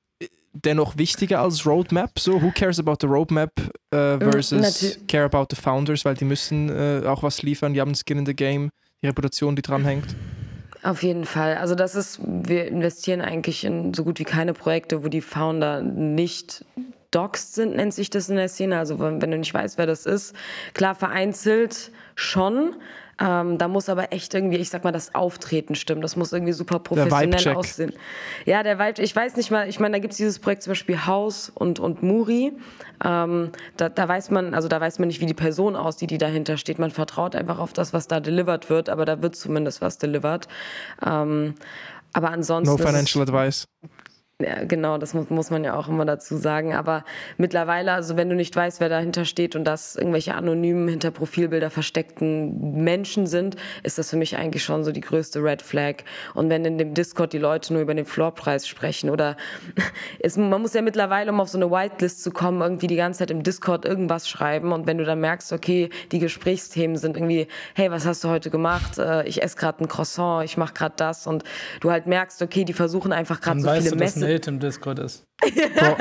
dennoch wichtiger als Roadmap? So, who cares about the Roadmap uh, versus Natürlich. care about the founders, weil die müssen uh, auch was liefern, die haben Skin in the Game, die Reputation, die dranhängt. Auf jeden Fall. Also das ist, wir investieren eigentlich in so gut wie keine Projekte, wo die Founder nicht doxed sind, nennt sich das in der Szene. Also wenn, wenn du nicht weißt, wer das ist. Klar, vereinzelt schon. Ähm, da muss aber echt irgendwie, ich sag mal, das Auftreten stimmen. Das muss irgendwie super professionell aussehen. Ja, der Vibe, ich weiß nicht mal, ich meine, da gibt es dieses Projekt zum Beispiel Haus und, und Muri. Ähm, da, da weiß man, also da weiß man nicht, wie die Person aussieht, die dahinter steht. Man vertraut einfach auf das, was da delivered wird, aber da wird zumindest was delivered. Ähm, aber ansonsten. No financial advice. Ja, genau, das muss, muss man ja auch immer dazu sagen. Aber mittlerweile, also wenn du nicht weißt, wer dahinter steht und das irgendwelche anonymen, hinter Profilbilder versteckten Menschen sind, ist das für mich eigentlich schon so die größte Red Flag. Und wenn in dem Discord die Leute nur über den Floorpreis sprechen oder es, man muss ja mittlerweile, um auf so eine Whitelist zu kommen, irgendwie die ganze Zeit im Discord irgendwas schreiben. Und wenn du dann merkst, okay, die Gesprächsthemen sind irgendwie, hey, was hast du heute gemacht? Ich esse gerade ein Croissant, ich mache gerade das. Und du halt merkst, okay, die versuchen einfach gerade so viele Messages im Discord ist. Bro,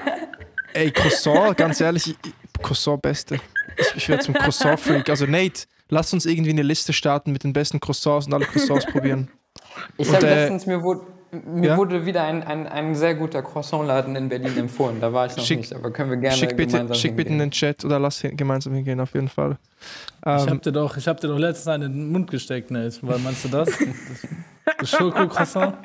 ey, Croissant, ganz ehrlich, Croissant beste. Ich, ich werde zum Croissant-Freak. Also Nate, lass uns irgendwie eine Liste starten mit den besten Croissants und alle Croissants probieren. Ich habe äh, letztens, mir wurde, mir ja? wurde wieder ein, ein, ein sehr guter Croissant-Laden in Berlin empfohlen. Da war ich noch schick, nicht, aber können wir gerne schick bitte, gemeinsam Schick bitte in den Chat oder lass hin, gemeinsam hingehen, auf jeden Fall. Ähm, ich habe dir, doch, hab dir doch letztens einen in den Mund gesteckt, Nate. Weil, meinst du das? Das, das Schoko-Croissant?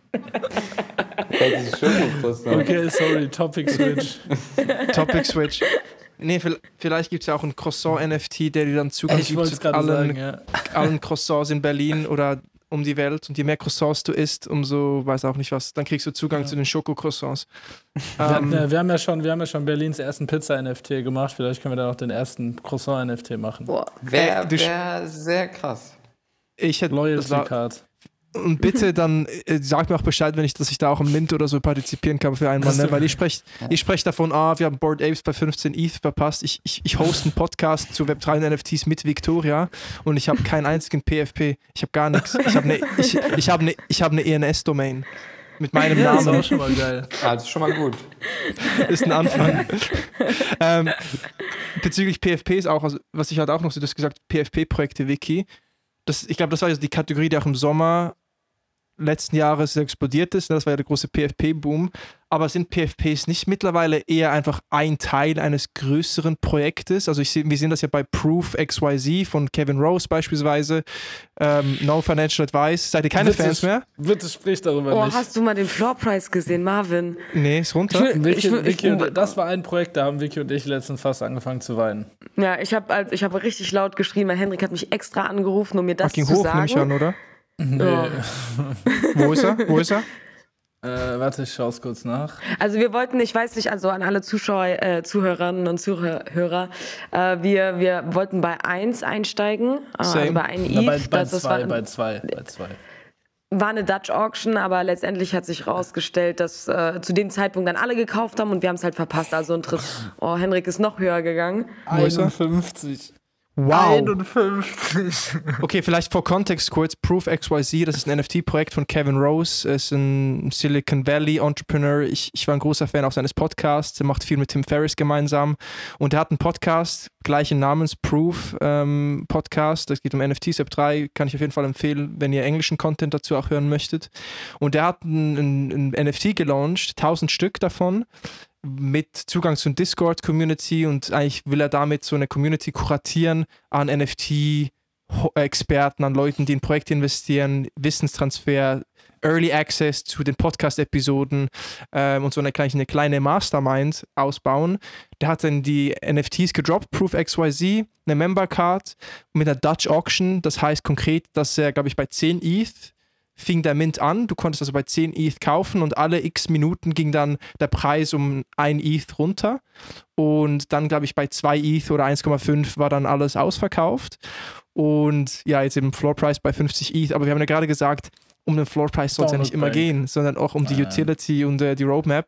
Okay, sorry, Topic Switch. Topic Switch. Nee, vielleicht gibt es ja auch einen Croissant-N F T, der dir dann Zugang ich gibt zu allen, sagen, ja. allen Croissants in Berlin oder um die Welt. Und je mehr Croissants du isst, umso, weiß auch nicht was, dann kriegst du Zugang ja. zu den Schoko-Croissants. Wir, ähm, ja, wir, haben ja schon, wir haben ja schon Berlins ersten Pizza-N F T gemacht. Vielleicht können wir da auch den ersten Croissant-N F T machen. Wäre wär sehr krass. Ich hätte Loyalty-Card. Und bitte dann äh, sag mir auch Bescheid, wenn ich, dass ich da auch im Mint oder so partizipieren kann für einmal, ne? Weil ich spreche ich sprech davon, ah, wir haben Bored Apes bei fünfzehn E T H verpasst. Ich, ich, ich hoste einen Podcast zu Web drei und N F Ts mit Victoria und ich habe keinen einzigen P F P. Ich habe gar nichts. Ich habe eine ich, ich hab ne, ich hab ne E N S-Domain mit meinem ja, Namen. Das ist auch schon mal geil. Ah, das ist schon mal gut. Ist ein Anfang. ähm, bezüglich P F Ps auch, also, was ich halt auch noch so, du hast gesagt, P F P-Projekte-Wiki. Das, ich glaube, das war also die Kategorie, die auch im Sommer letzten Jahres explodiert ist. Das war ja der große P F P-Boom. Aber sind P F Ps nicht mittlerweile eher einfach ein Teil eines größeren Projektes? Also ich seh, wir sehen das ja bei Proof X Y Z von Kevin Rose beispielsweise. Ähm, No Financial Advice. Seid ihr keine bitte, Fans mehr? Bitte sprich darüber oh, nicht. Hast du mal den Floorpreis gesehen, Marvin? Nee, ist runter. Ich, Vicky, ich, ich, Vicky und, das war ein Projekt, da haben Vicky und ich letztens fast angefangen zu weinen. Ja, ich habe ich hab richtig laut geschrien, weil Henrik hat mich extra angerufen, um mir das Fucking zu hoch, sagen. nehme ich an, oder? Nee. Ja. Wo ist er? Wo ist er? Äh, warte, ich schaue es kurz nach. Also wir wollten, ich weiß nicht, also an alle Zuschauer, äh, Zuhörerinnen und Zuhörer, äh, wir, wir wollten bei eins einsteigen, äh, also bei einem E T H. Na, bei, bei, das, das zwei, war, bei zwei, bei zwei. War eine Dutch Auction, aber letztendlich hat sich rausgestellt, dass äh, zu dem Zeitpunkt dann alle gekauft haben und wir haben es halt verpasst. Also ein Tritt, oh, Henrik ist noch höher gegangen. einundfünfzig. Wow. einundfünfzig. Okay, vielleicht vor Kontext kurz. Proof X Y Z, das ist ein N F T-Projekt von Kevin Rose. Er ist ein Silicon Valley-Entrepreneur. Ich, ich war ein großer Fan auch seines Podcasts. Er macht viel mit Tim Ferriss gemeinsam. Und er hat einen Podcast, gleichen Namens, Proof ähm, Podcast. Das geht um N F Ts. Web drei kann ich auf jeden Fall empfehlen, wenn ihr englischen Content dazu auch hören möchtet. Und er hat ein, ein, ein N F T gelauncht, tausend Stück davon, mit Zugang zur Discord-Community, und eigentlich will er damit so eine Community kuratieren an N F T-Experten, an Leuten, die in Projekte investieren, Wissenstransfer, Early Access zu den Podcast-Episoden ähm, und so eine kleine, eine kleine Mastermind ausbauen. Der hat dann die N F Ts gedroppt, Proof X Y Z, eine Member-Card mit einer Dutch Auction. Das heißt konkret, dass er, glaube ich, bei zehn E T H fing der Mint an. Du konntest also bei zehn E T H kaufen und alle x Minuten ging dann der Preis um ein E T H runter. Und dann, glaube ich, bei zwei E T H oder eins Komma fünf war dann alles ausverkauft. Und ja, jetzt eben Floor Price bei fünfzig E T H. Aber wir haben ja gerade gesagt, um den Floor Price soll es ja nicht immer gehen, sondern auch um die Utility und äh, die Roadmap.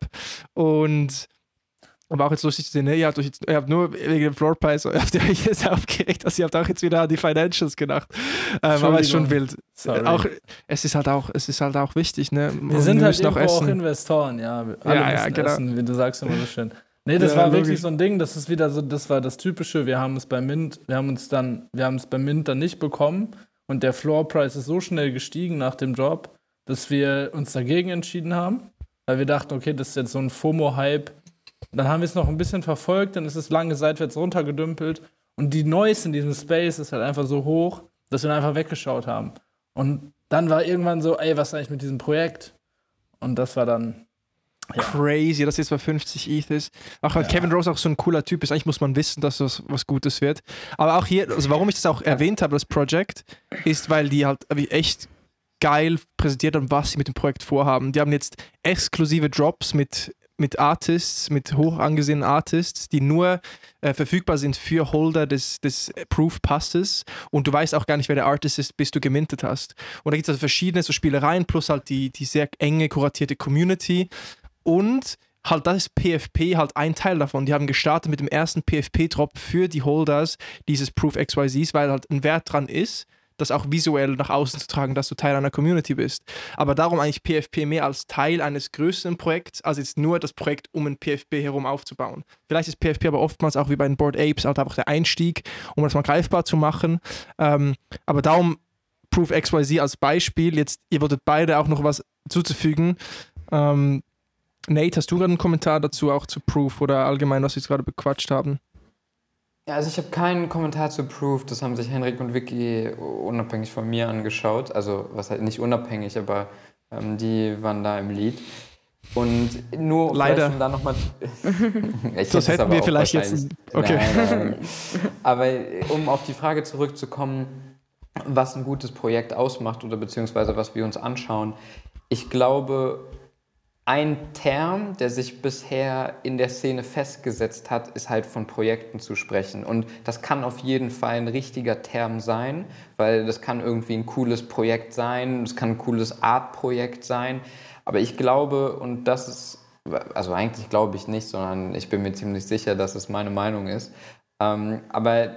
Und aber auch jetzt lustig zu sehen, ne? Ihr habt euch jetzt, ihr habt nur wegen dem Floor Price, habt ihr euch jetzt aufgeregt, dass ihr habt auch jetzt wieder an die Financials gedacht. Ähm, aber es ist schon wild. Auch, es ist halt auch, es ist halt auch wichtig, ne? Wir sind halt auch, auch Investoren, ja. Alle ja, müssen ja, genau. essen, wie du sagst immer so schön. Nee, das ja, war logisch. wirklich so ein Ding, das ist wieder so, das war das Typische, wir haben es bei Mint, wir haben uns dann, wir haben es bei Mint dann nicht bekommen und der Floor Price ist so schnell gestiegen nach dem Drop, dass wir uns dagegen entschieden haben, weil wir dachten, okay, das ist jetzt so ein FOMO-Hype. Dann haben wir es noch ein bisschen verfolgt, dann ist es lange seitwärts runtergedümpelt und die Noise in diesem Space ist halt einfach so hoch, dass wir dann einfach weggeschaut haben. Und dann war irgendwann so, ey, was ist eigentlich mit diesem Projekt? Und das war dann ja. Crazy, dass jetzt bei fünfzig E T H ist. Auch weil ja. Kevin Rose auch so ein cooler Typ ist. Eigentlich muss man wissen, dass das was Gutes wird. Aber auch hier, also warum ich das auch erwähnt habe, das Projekt, ist, weil die halt echt geil präsentiert haben, was sie mit dem Projekt vorhaben. Die haben jetzt exklusive Drops mit mit Artists, mit hoch angesehenen Artists, die nur äh, verfügbar sind für Holder des, des Proof Passes, und du weißt auch gar nicht, wer der Artist ist, bis du gemintet hast. Und da gibt es also verschiedene so Spielereien, plus halt die, die sehr enge, kuratierte Community, und halt das ist P F P halt ein Teil davon. Die haben gestartet mit dem ersten P F P-Drop für die Holders dieses Proof X Y Zs, weil halt ein Wert dran ist, das auch visuell nach außen zu tragen, dass du Teil einer Community bist. Aber darum eigentlich P F P mehr als Teil eines größeren Projekts, als jetzt nur das Projekt um ein P F P herum aufzubauen. Vielleicht ist P F P aber oftmals auch wie bei den Bored Apes halt einfach der Einstieg, um das mal greifbar zu machen. Ähm, aber darum Proof X Y Z als Beispiel. Jetzt, ihr wolltet beide auch noch was zuzufügen. Ähm, Nate, hast du gerade einen Kommentar dazu, auch zu Proof oder allgemein, was wir jetzt gerade bequatscht haben? Ja, also ich habe keinen Kommentar zu Proof, das haben sich Henrik und Vicky unabhängig von mir angeschaut, also was halt nicht unabhängig, aber ähm, die waren da im Lead. Und nur leider. Um da noch mal das hätten wir vielleicht jetzt. Okay. Nein, nein. Aber um auf die Frage zurückzukommen, was ein gutes Projekt ausmacht oder beziehungsweise was wir uns anschauen, ich glaube, ein Term, der sich bisher in der Szene festgesetzt hat, ist halt von Projekten zu sprechen. Und das kann auf jeden Fall ein richtiger Term sein, weil das kann irgendwie ein cooles Projekt sein, es kann ein cooles Art-Projekt sein. Aber ich glaube, und das ist, also eigentlich glaube ich nicht, sondern ich bin mir ziemlich sicher, dass es meine Meinung ist. Ähm, aber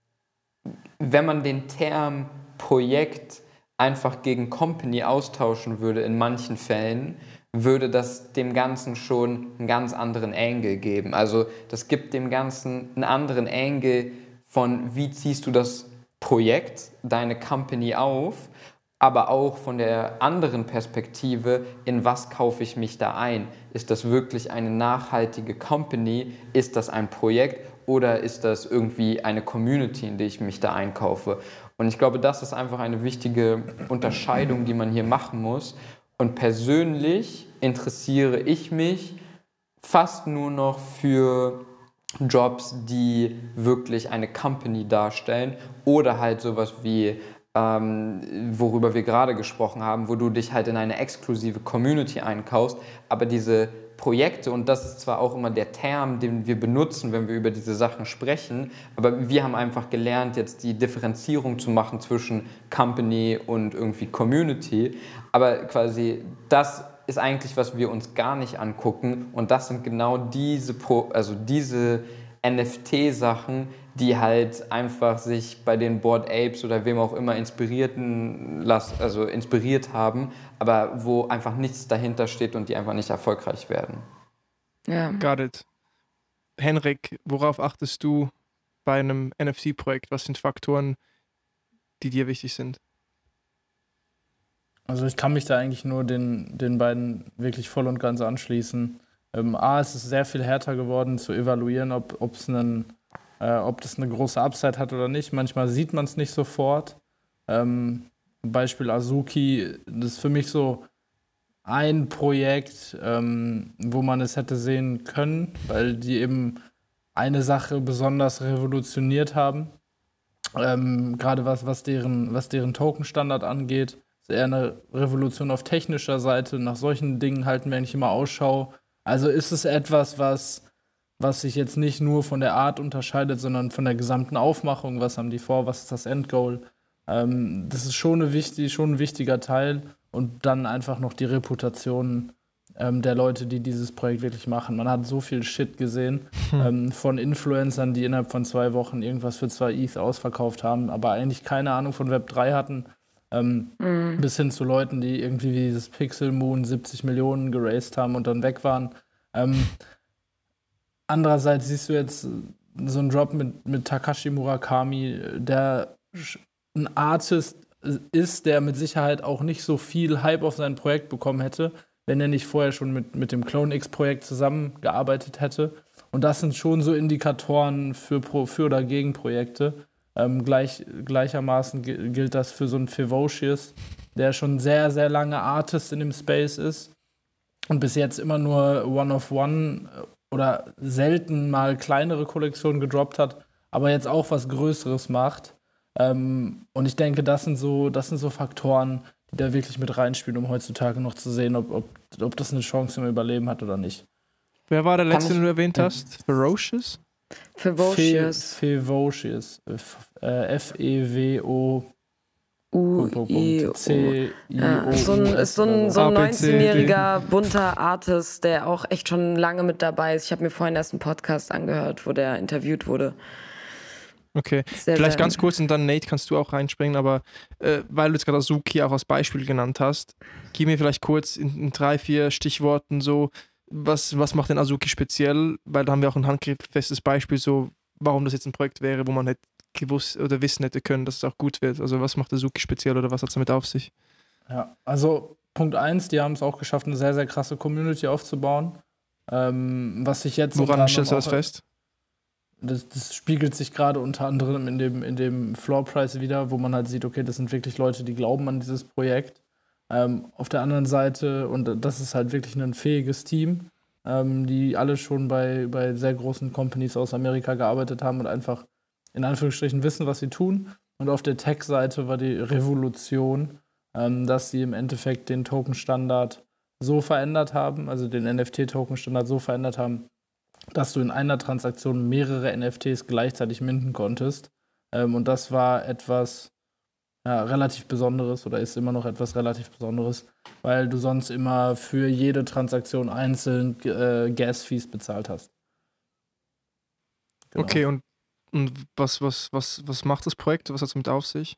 wenn man den Term Projekt einfach gegen Company austauschen würde in manchen Fällen, würde das dem Ganzen schon einen ganz anderen Angle geben. Also das gibt dem Ganzen einen anderen Angle von, wie ziehst du das Projekt, deine Company auf, aber auch von der anderen Perspektive, in was kaufe ich mich da ein? Ist das wirklich eine nachhaltige Company? Ist das ein Projekt? Oder ist das irgendwie eine Community, in die ich mich da einkaufe? Und ich glaube, das ist einfach eine wichtige Unterscheidung, die man hier machen muss. Und persönlich interessiere ich mich fast nur noch für Jobs, die wirklich eine Company darstellen oder halt sowas wie, ähm, worüber wir gerade gesprochen haben, wo du dich halt in eine exklusive Community einkaufst, aber diese Projekte, und das ist zwar auch immer der Term, den wir benutzen, wenn wir über diese Sachen sprechen, aber wir haben einfach gelernt, jetzt die Differenzierung zu machen zwischen Company und irgendwie Community, aber quasi das ist eigentlich, was wir uns gar nicht angucken, und das sind genau diese, Pro, also diese N F T-Sachen, die halt einfach sich bei den Bored Apes oder wem auch immer inspirierten, also inspiriert haben, aber wo einfach nichts dahinter steht und die einfach nicht erfolgreich werden. Ja. Got it. Henrik, worauf achtest du bei einem N F T-Projekt? Was sind Faktoren, die dir wichtig sind? Also ich kann mich da eigentlich nur den, den beiden wirklich voll und ganz anschließen. Ähm, A, es ist sehr viel härter geworden zu evaluieren, ob, ob's einen, äh, ob das eine große Upside hat oder nicht. Manchmal sieht man es nicht sofort. Ähm, Beispiel Azuki, das ist für mich so ein Projekt, ähm, wo man es hätte sehen können, weil die eben eine Sache besonders revolutioniert haben. Ähm, gerade was, was deren, was deren Token-Standard angeht. Ist eher eine Revolution auf technischer Seite. Nach solchen Dingen halten wir eigentlich immer Ausschau. Also ist es etwas, was, was sich jetzt nicht nur von der Art unterscheidet, sondern von der gesamten Aufmachung. Was haben die vor? Was ist das Endgoal? Ähm, das ist schon, eine wichtig, schon ein wichtiger Teil. Und dann einfach noch die Reputation ähm, der Leute, die dieses Projekt wirklich machen. Man hat so viel Shit gesehen hm. ähm, von Influencern, die innerhalb von zwei Wochen irgendwas für zwei E T H ausverkauft haben, aber eigentlich keine Ahnung von Web drei hatten. Ähm, mhm. Bis hin zu Leuten, die irgendwie wie dieses Pixel Moon siebzig Millionen geraced haben und dann weg waren. Ähm, andererseits siehst du jetzt so einen Drop mit, mit Takashi Murakami, der ein Artist ist, der mit Sicherheit auch nicht so viel Hype auf sein Projekt bekommen hätte, wenn er nicht vorher schon mit, mit dem Clone X-Projekt zusammengearbeitet hätte. Und das sind schon so Indikatoren für, Pro, für oder gegen Projekte. Ähm, gleich, gleichermaßen gilt das für so einen Fevocious, der schon sehr, sehr lange Artist in dem Space ist und bis jetzt immer nur One-of-One oder selten mal kleinere Kollektionen gedroppt hat, aber jetzt auch was Größeres macht. Ähm, und ich denke, das sind so, das sind so Faktoren, die da wirklich mit reinspielen, um heutzutage noch zu sehen, ob, ob, ob das eine Chance im Überleben hat oder nicht. Wer war der letzte, den du erwähnt hast? Ferocious? Fevocious. Fevocious. F E W O U I O. C I O. So ein, so ein, so ein neunzehnjähriger bunter Artist, der auch echt schon lange mit dabei ist. Ich habe mir vorhin erst einen Podcast angehört, wo der interviewt wurde. Okay, sehr, vielleicht sehr ganz kurz und dann Nate kannst du auch reinspringen, aber äh, weil du jetzt gerade Azuki auch als Beispiel genannt hast, gib mir vielleicht kurz in, in drei, vier Stichworten so, was, was macht denn Azuki speziell, weil da haben wir auch ein handgreifestes Beispiel, so warum das jetzt ein Projekt wäre, wo man hätte gewusst oder wissen hätte können, dass es auch gut wird. Also was macht Azuki speziell oder was hat es damit auf sich? Ja, also Punkt eins, die haben es auch geschafft, eine sehr, sehr krasse Community aufzubauen. Ähm, was sich jetzt Woran stellst du das fest? Das, das spiegelt sich gerade unter anderem in dem, in dem Floor Price wieder, wo man halt sieht, okay, das sind wirklich Leute, die glauben an dieses Projekt. Ähm, auf der anderen Seite, und das ist halt wirklich ein fähiges Team, ähm, die alle schon bei, bei sehr großen Companies aus Amerika gearbeitet haben und einfach in Anführungsstrichen wissen, was sie tun. Und auf der Tech-Seite war die Revolution, ähm, dass sie im Endeffekt den Token-Standard so verändert haben, also den N F T-Token-Standard so verändert haben, dass du in einer Transaktion mehrere N F Ts gleichzeitig minten konntest. Ähm, und das war etwas ja, relativ Besonderes oder ist immer noch etwas relativ Besonderes, weil du sonst immer für jede Transaktion einzeln äh, Gas-Fees bezahlt hast. Genau. Okay, und, und was, was, was, was macht das Projekt? Was hat es mit auf sich?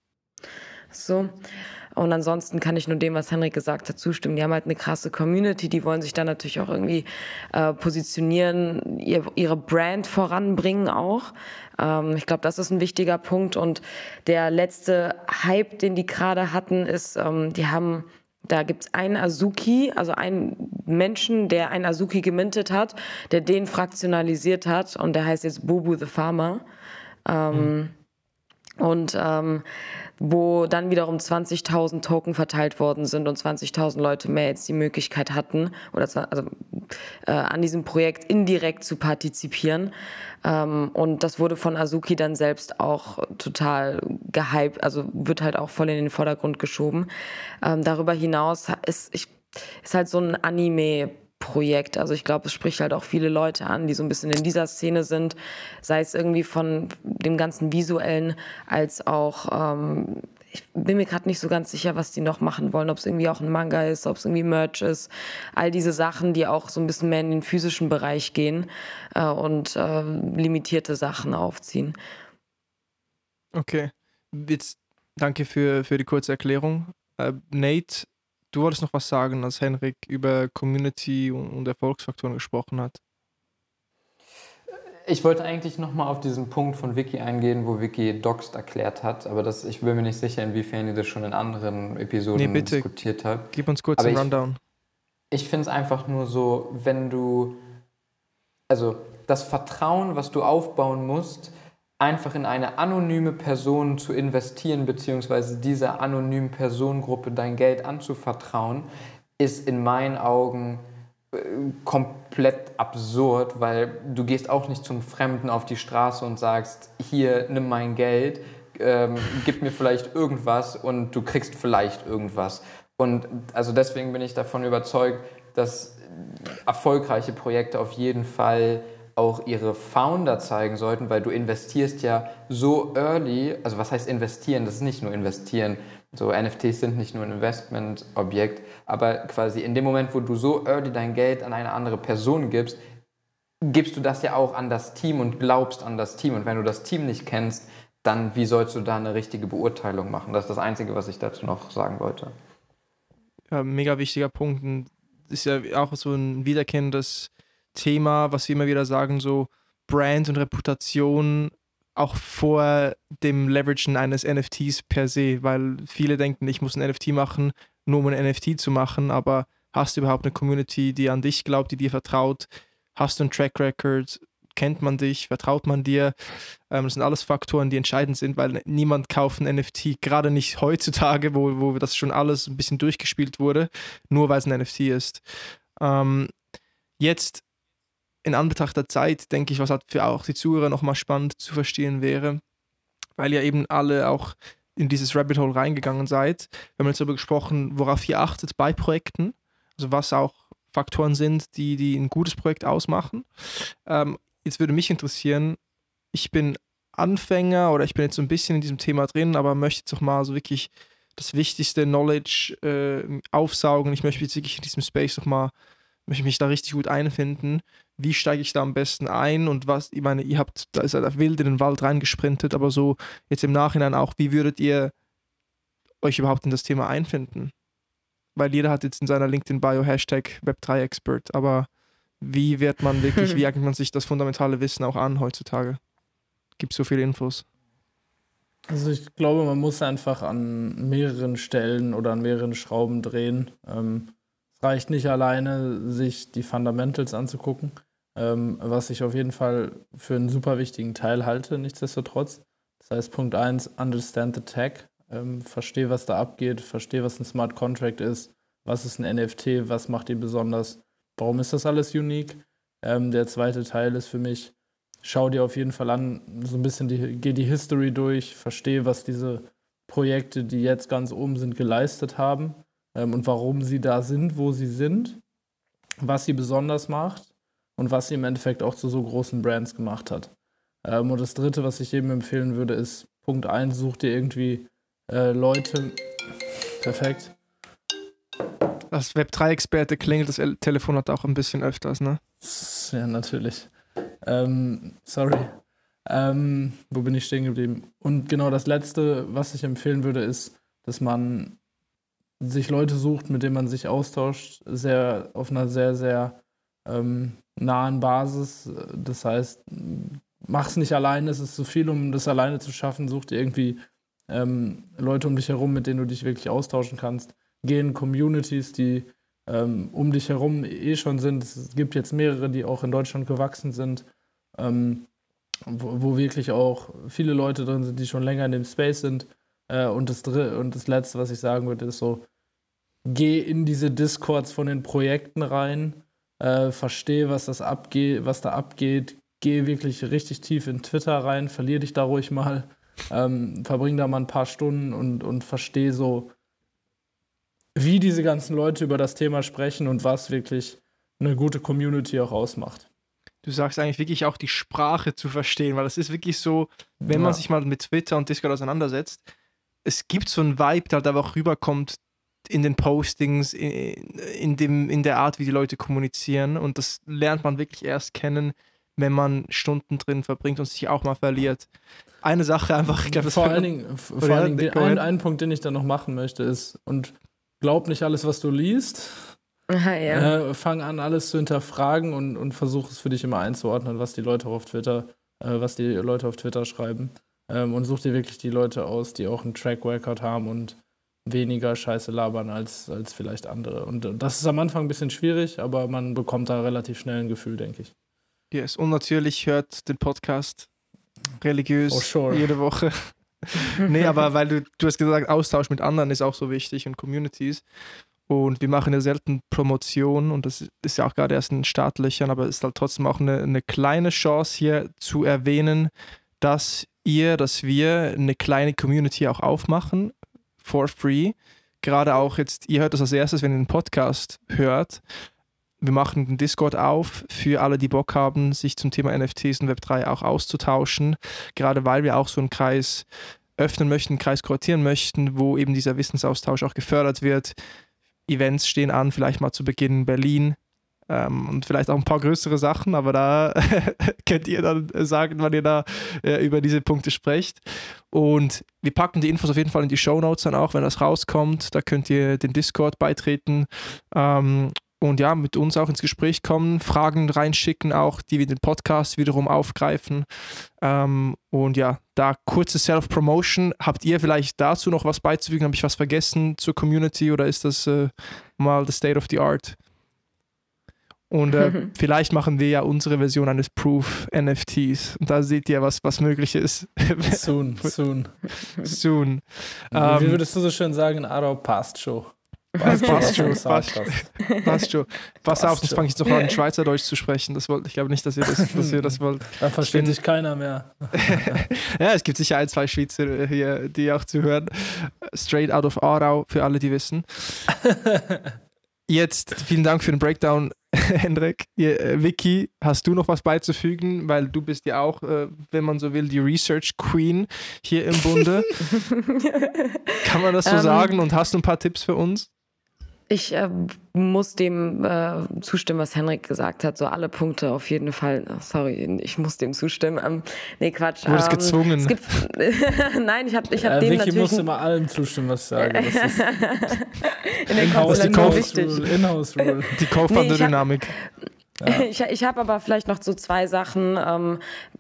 So. Und ansonsten kann ich nur dem, was Henrik gesagt hat, zustimmen. Die haben halt eine krasse Community, die wollen sich dann natürlich auch irgendwie äh, positionieren, ihr, ihre Brand voranbringen auch. Ähm, ich glaube, das ist ein wichtiger Punkt. Und der letzte Hype, den die gerade hatten, ist, ähm, die haben, da gibt es einen Azuki, also einen Menschen, der einen Azuki gemintet hat, der den fraktionalisiert hat und der heißt jetzt Bobu the Farmer. Ähm, mhm. Und ähm, wo dann wiederum zwanzigtausend Token verteilt worden sind und zwanzigtausend Leute mehr jetzt die Möglichkeit hatten, oder also, äh, an diesem Projekt indirekt zu partizipieren. Ähm, und das wurde von Azuki dann selbst auch total gehypt, also wird halt auch voll in den Vordergrund geschoben. Ähm, darüber hinaus ist, ich, ist halt so ein Anime- Projekt. Also ich glaube, es spricht halt auch viele Leute an, die so ein bisschen in dieser Szene sind, sei es irgendwie von dem ganzen Visuellen als auch ähm, ich bin mir gerade nicht so ganz sicher, was die noch machen wollen, ob es irgendwie auch ein Manga ist, ob es irgendwie Merch ist, all diese Sachen, die auch so ein bisschen mehr in den physischen Bereich gehen äh, und äh, limitierte Sachen aufziehen. Okay, jetzt danke für, für die kurze Erklärung. Äh, Nate, du wolltest noch was sagen, als Henrik über Community und, und Erfolgsfaktoren gesprochen hat. Ich wollte eigentlich nochmal auf diesen Punkt von Vicky eingehen, wo Vicky Doxed erklärt hat, aber das, ich bin mir nicht sicher, inwiefern ihr das schon in anderen Episoden Nee, bitte. diskutiert habt. Gib uns kurz Aber einen ich- Rundown. Ich finde es einfach nur so, wenn du, also das Vertrauen, was du aufbauen musst, einfach in eine anonyme Person zu investieren, beziehungsweise dieser anonymen Personengruppe dein Geld anzuvertrauen, ist in meinen Augen äh, komplett absurd, weil du gehst auch nicht zum Fremden auf die Straße und sagst, hier, nimm mein Geld, ähm, gib mir vielleicht irgendwas und du kriegst vielleicht irgendwas. Und also deswegen bin ich davon überzeugt, dass erfolgreiche Projekte auf jeden Fall auch ihre Founder zeigen sollten, weil du investierst ja so early, also was heißt investieren? Das ist nicht nur investieren, so N F Ts sind nicht nur ein Investmentobjekt, aber quasi in dem Moment, wo du so early dein Geld an eine andere Person gibst, gibst du das ja auch an das Team und glaubst an das Team. Und wenn du das Team nicht kennst, dann wie sollst du da eine richtige Beurteilung machen? Das ist das Einzige, was ich dazu noch sagen wollte. Ja, mega wichtiger Punkt. Und ist ja auch so ein wiederkehrendes Thema, was wir immer wieder sagen, so Brand und Reputation auch vor dem Leveragen eines N F Ts per se, weil viele denken, ich muss ein N F T machen, nur um ein N F T zu machen, aber hast du überhaupt eine Community, die an dich glaubt, die dir vertraut? Hast du einen Track Record? Kennt man dich? Vertraut man dir? Ähm, das sind alles Faktoren, die entscheidend sind, weil niemand kauft ein N F T, gerade nicht heutzutage, wo, wo das schon alles ein bisschen durchgespielt wurde, nur weil es ein N F T ist. Ähm, jetzt in Anbetracht der Zeit, denke ich, was halt für auch die Zuhörer nochmal spannend zu verstehen wäre, weil ihr eben alle auch in dieses Rabbit Hole reingegangen seid. Wir haben jetzt darüber gesprochen, worauf ihr achtet bei Projekten, also was auch Faktoren sind, die, die ein gutes Projekt ausmachen. Ähm, jetzt würde mich interessieren, ich bin Anfänger oder ich bin jetzt so ein bisschen in diesem Thema drin, aber möchte jetzt auch mal so wirklich das wichtigste Knowledge äh, aufsaugen. Ich möchte jetzt wirklich in diesem Space noch mal, möchte mich da richtig gut einfinden. Wie steige ich da am besten ein und was, ich meine, ihr habt, da ist ja wild in den Wald reingesprintet, aber so jetzt im Nachhinein auch, wie würdet ihr euch überhaupt in das Thema einfinden? Weil jeder hat jetzt in seiner LinkedIn-Bio Hashtag Web drei Expert, aber wie wird man wirklich, wie eignet man sich das fundamentale Wissen auch an heutzutage? Gibt so viele Infos. Also ich glaube, man muss einfach an mehreren Stellen oder an mehreren Schrauben drehen. Ähm, es reicht nicht alleine, sich die Fundamentals anzugucken, ähm, was ich auf jeden Fall für einen super wichtigen Teil halte, nichtsdestotrotz. Das heißt, Punkt eins, understand the tech. Ähm, verstehe, was da abgeht, verstehe, was ein Smart Contract ist, was ist ein N F T, was macht die besonders, warum ist das alles unique. Ähm, der zweite Teil ist für mich, schau dir auf jeden Fall an, so ein bisschen, die, geh die History durch, verstehe, was diese Projekte, die jetzt ganz oben sind, geleistet haben ähm, und warum sie da sind, wo sie sind, was sie besonders macht und was sie im Endeffekt auch zu so großen Brands gemacht hat. Ähm, und das dritte, was ich jedem empfehlen würde, ist Punkt eins, such dir irgendwie äh, Leute, perfekt, Das Web drei Experte klingelt das El- Telefon hat auch ein bisschen öfters, ne? ja, natürlich. Ähm, sorry. Ähm, wo bin ich stehen geblieben? Und genau das Letzte, was ich empfehlen würde, ist, dass man sich Leute sucht, mit denen man sich austauscht, sehr auf einer sehr, sehr ähm, nahen Basis. Das heißt, mach's nicht alleine, es ist zu viel, um das alleine zu schaffen. Such dir irgendwie ähm, Leute um dich herum, mit denen du dich wirklich austauschen kannst. Geh in Communities, die ähm, um dich herum eh schon sind. Es gibt jetzt mehrere, die auch in Deutschland gewachsen sind, ähm, wo, wo wirklich auch viele Leute drin sind, die schon länger in dem Space sind. Äh, und, das Dr- und das Letzte, was ich sagen würde, ist so, geh in diese Discords von den Projekten rein, äh, verstehe, was das abgeht, was da abgeht, geh wirklich richtig tief in Twitter rein, verlier dich da ruhig mal, ähm, verbring da mal ein paar Stunden und, und versteh so, wie diese ganzen Leute über das Thema sprechen und was wirklich eine gute Community auch ausmacht. Du sagst eigentlich wirklich auch die Sprache zu verstehen, weil es ist wirklich so, wenn Ja. man sich mal mit Twitter und Discord auseinandersetzt, es gibt so einen Vibe, der da auch rüberkommt in den Postings, in, in, dem, in der Art, wie die Leute kommunizieren. Und das lernt man wirklich erst kennen, wenn man Stunden drin verbringt und sich auch mal verliert. Eine Sache einfach, ich glaube, das vor allen Dingen, vor ja, allen Dingen ein, ein Punkt, den ich da noch machen möchte, ist, und glaub nicht alles, was du liest. Aha, ja. Äh, fang an, alles zu hinterfragen und, und versuch es für dich immer einzuordnen, was die Leute auf Twitter, äh, was die Leute auf Twitter schreiben. Ähm, und such dir wirklich die Leute aus, die auch einen Track Record haben und weniger Scheiße labern als, als vielleicht andere. Und das ist am Anfang ein bisschen schwierig, aber man bekommt da relativ schnell ein Gefühl, denke ich. Yes, und natürlich hört den Podcast religiös Oh, sure. jede Woche. Nee, aber weil du, du hast gesagt, Austausch mit anderen ist auch so wichtig und Communities. Und wir machen ja selten Promotion und das ist ja auch gerade erst in den Startlöchern, aber es ist halt trotzdem auch eine, eine kleine Chance hier zu erwähnen, dass ihr, dass wir eine kleine Community auch aufmachen, for free. Gerade auch jetzt, ihr hört das als erstes, wenn ihr den Podcast hört. Wir machen den Discord auf für alle, die Bock haben, sich zum Thema N F Ts und Web drei auch auszutauschen. Gerade weil wir auch so einen Kreis öffnen möchten, einen Kreis kuratieren möchten, wo eben dieser Wissensaustausch auch gefördert wird. Events stehen an, vielleicht mal zu Beginn in Berlin ähm, und vielleicht auch ein paar größere Sachen, aber da könnt ihr dann sagen, wann ihr da äh, über diese Punkte sprecht. Und wir packen die Infos auf jeden Fall in die Shownotes dann auch, wenn das rauskommt. Da könnt ihr den Discord beitreten ähm, und ja, mit uns auch ins Gespräch kommen, Fragen reinschicken auch, die wir den Podcast wiederum aufgreifen. Ähm, und ja, da kurze Self-Promotion. Habt ihr vielleicht dazu noch was beizufügen? Habe ich was vergessen zur Community oder ist das äh, mal the state of the art? Und äh, vielleicht machen wir ja unsere Version eines Proof-N F Ts. Und da seht ihr, was, was möglich ist. Soon, soon. Soon. Wie Ähm, würdest du so schön sagen? Aro passt schon. Passt, passt schon, Was passt, sagt das? passt schon. Pass Passt auf, sonst schon. fange ich doch an, Schweizerdeutsch zu sprechen. Das wollte, ich glaube nicht, dass ihr das, dass ihr das wollt. Da versteht bin- dich keiner mehr. Ja, es gibt sicher ein, zwei Schweizer hier, die auch zuhören. Straight out of Aarau, für alle, die wissen. Jetzt vielen Dank für den Breakdown, Hendrik. Hier, äh, Vicky, hast du noch was beizufügen? Weil du bist ja auch, äh, wenn man so will, die Research Queen hier im Bunde. Kann man das so Ähm, sagen? Und hast du ein paar Tipps für uns? Ich äh, muss dem äh, zustimmen, was Henrik gesagt hat. So alle Punkte auf jeden Fall. Oh, sorry, ich muss dem zustimmen. Ähm, nee, Quatsch. Du wurdest ähm, gezwungen. Es gibt, Nein, ich habe ich hab Äh, dem Vicky natürlich muss immer allem zustimmen, was ich sage. Das ist in der Inhouse, die Konstellation Kauf- wichtig. Rule. Inhouse Rule. Die Co-Founder-Dynamik. Ich, ich habe aber vielleicht noch so zwei Sachen. Ähm,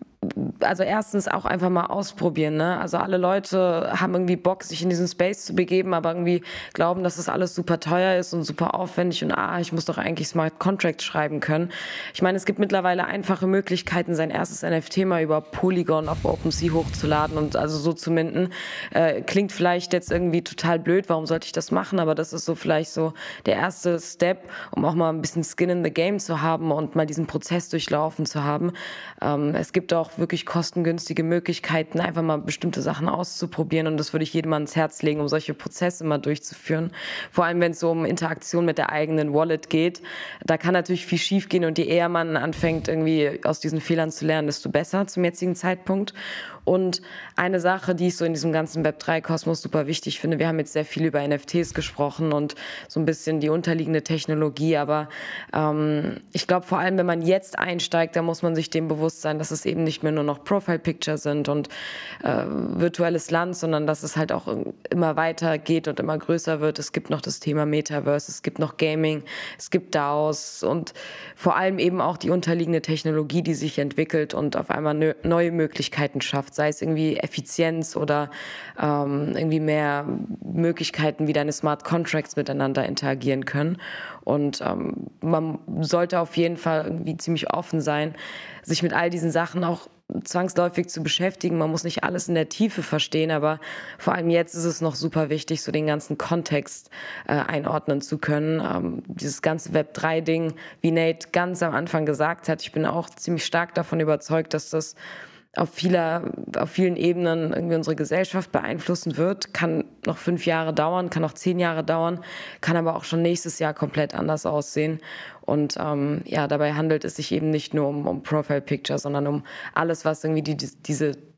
also erstens auch einfach mal ausprobieren. Ne? Also alle Leute haben irgendwie Bock, sich in diesen Space zu begeben, aber irgendwie glauben, dass das alles super teuer ist und super aufwendig und ah, ich muss doch eigentlich Smart Contracts schreiben können. Ich meine, es gibt mittlerweile einfache Möglichkeiten, sein erstes N F T mal über Polygon auf OpenSea hochzuladen und also so zu minden. Äh, klingt vielleicht jetzt irgendwie total blöd, warum sollte ich das machen? Aber das ist so vielleicht so der erste Step, um auch mal ein bisschen Skin in the Game zu haben und mal diesen Prozess durchlaufen zu haben. Ähm, es gibt auch wirklich kostengünstige Möglichkeiten, einfach mal bestimmte Sachen auszuprobieren und das würde ich jedem ans Herz legen, um solche Prozesse mal durchzuführen. Vor allem, wenn es so um Interaktion mit der eigenen Wallet geht. Da kann natürlich viel schief gehen und je eher man anfängt, irgendwie aus diesen Fehlern zu lernen, desto besser zum jetzigen Zeitpunkt. Und eine Sache, die ich so in diesem ganzen Web drei Kosmos super wichtig finde, wir haben jetzt sehr viel über N F Ts gesprochen und so ein bisschen die unterliegende Technologie, aber ähm, ich glaube vor allem, wenn man jetzt einsteigt, da muss man sich dem bewusst sein, dass es eben nicht mehr nur noch Profile-Picture sind und äh, virtuelles Land, sondern dass es halt auch immer weiter geht und immer größer wird. Es gibt noch das Thema Metaverse, es gibt noch Gaming, es gibt DAOs und vor allem eben auch die unterliegende Technologie, die sich entwickelt und auf einmal nö- neue Möglichkeiten schafft, sei es irgendwie Effizienz oder ähm, irgendwie mehr Möglichkeiten, wie deine Smart Contracts miteinander interagieren können. Und ähm, man sollte auf jeden Fall irgendwie ziemlich offen sein, sich mit all diesen Sachen auch zwangsläufig zu beschäftigen. Man muss nicht alles in der Tiefe verstehen, aber vor allem jetzt ist es noch super wichtig, so den ganzen Kontext äh, einordnen zu können. Ähm, dieses ganze Web drei Ding, wie Nate ganz am Anfang gesagt hat, ich bin auch ziemlich stark davon überzeugt, dass das auf, vieler, auf vielen Ebenen irgendwie unsere Gesellschaft beeinflussen wird. Kann noch fünf Jahre dauern, kann noch zehn Jahre dauern, kann aber auch schon nächstes Jahr komplett anders aussehen. Und ähm, ja, dabei handelt es sich eben nicht nur um, um Profile Picture, sondern um alles, was irgendwie die, diese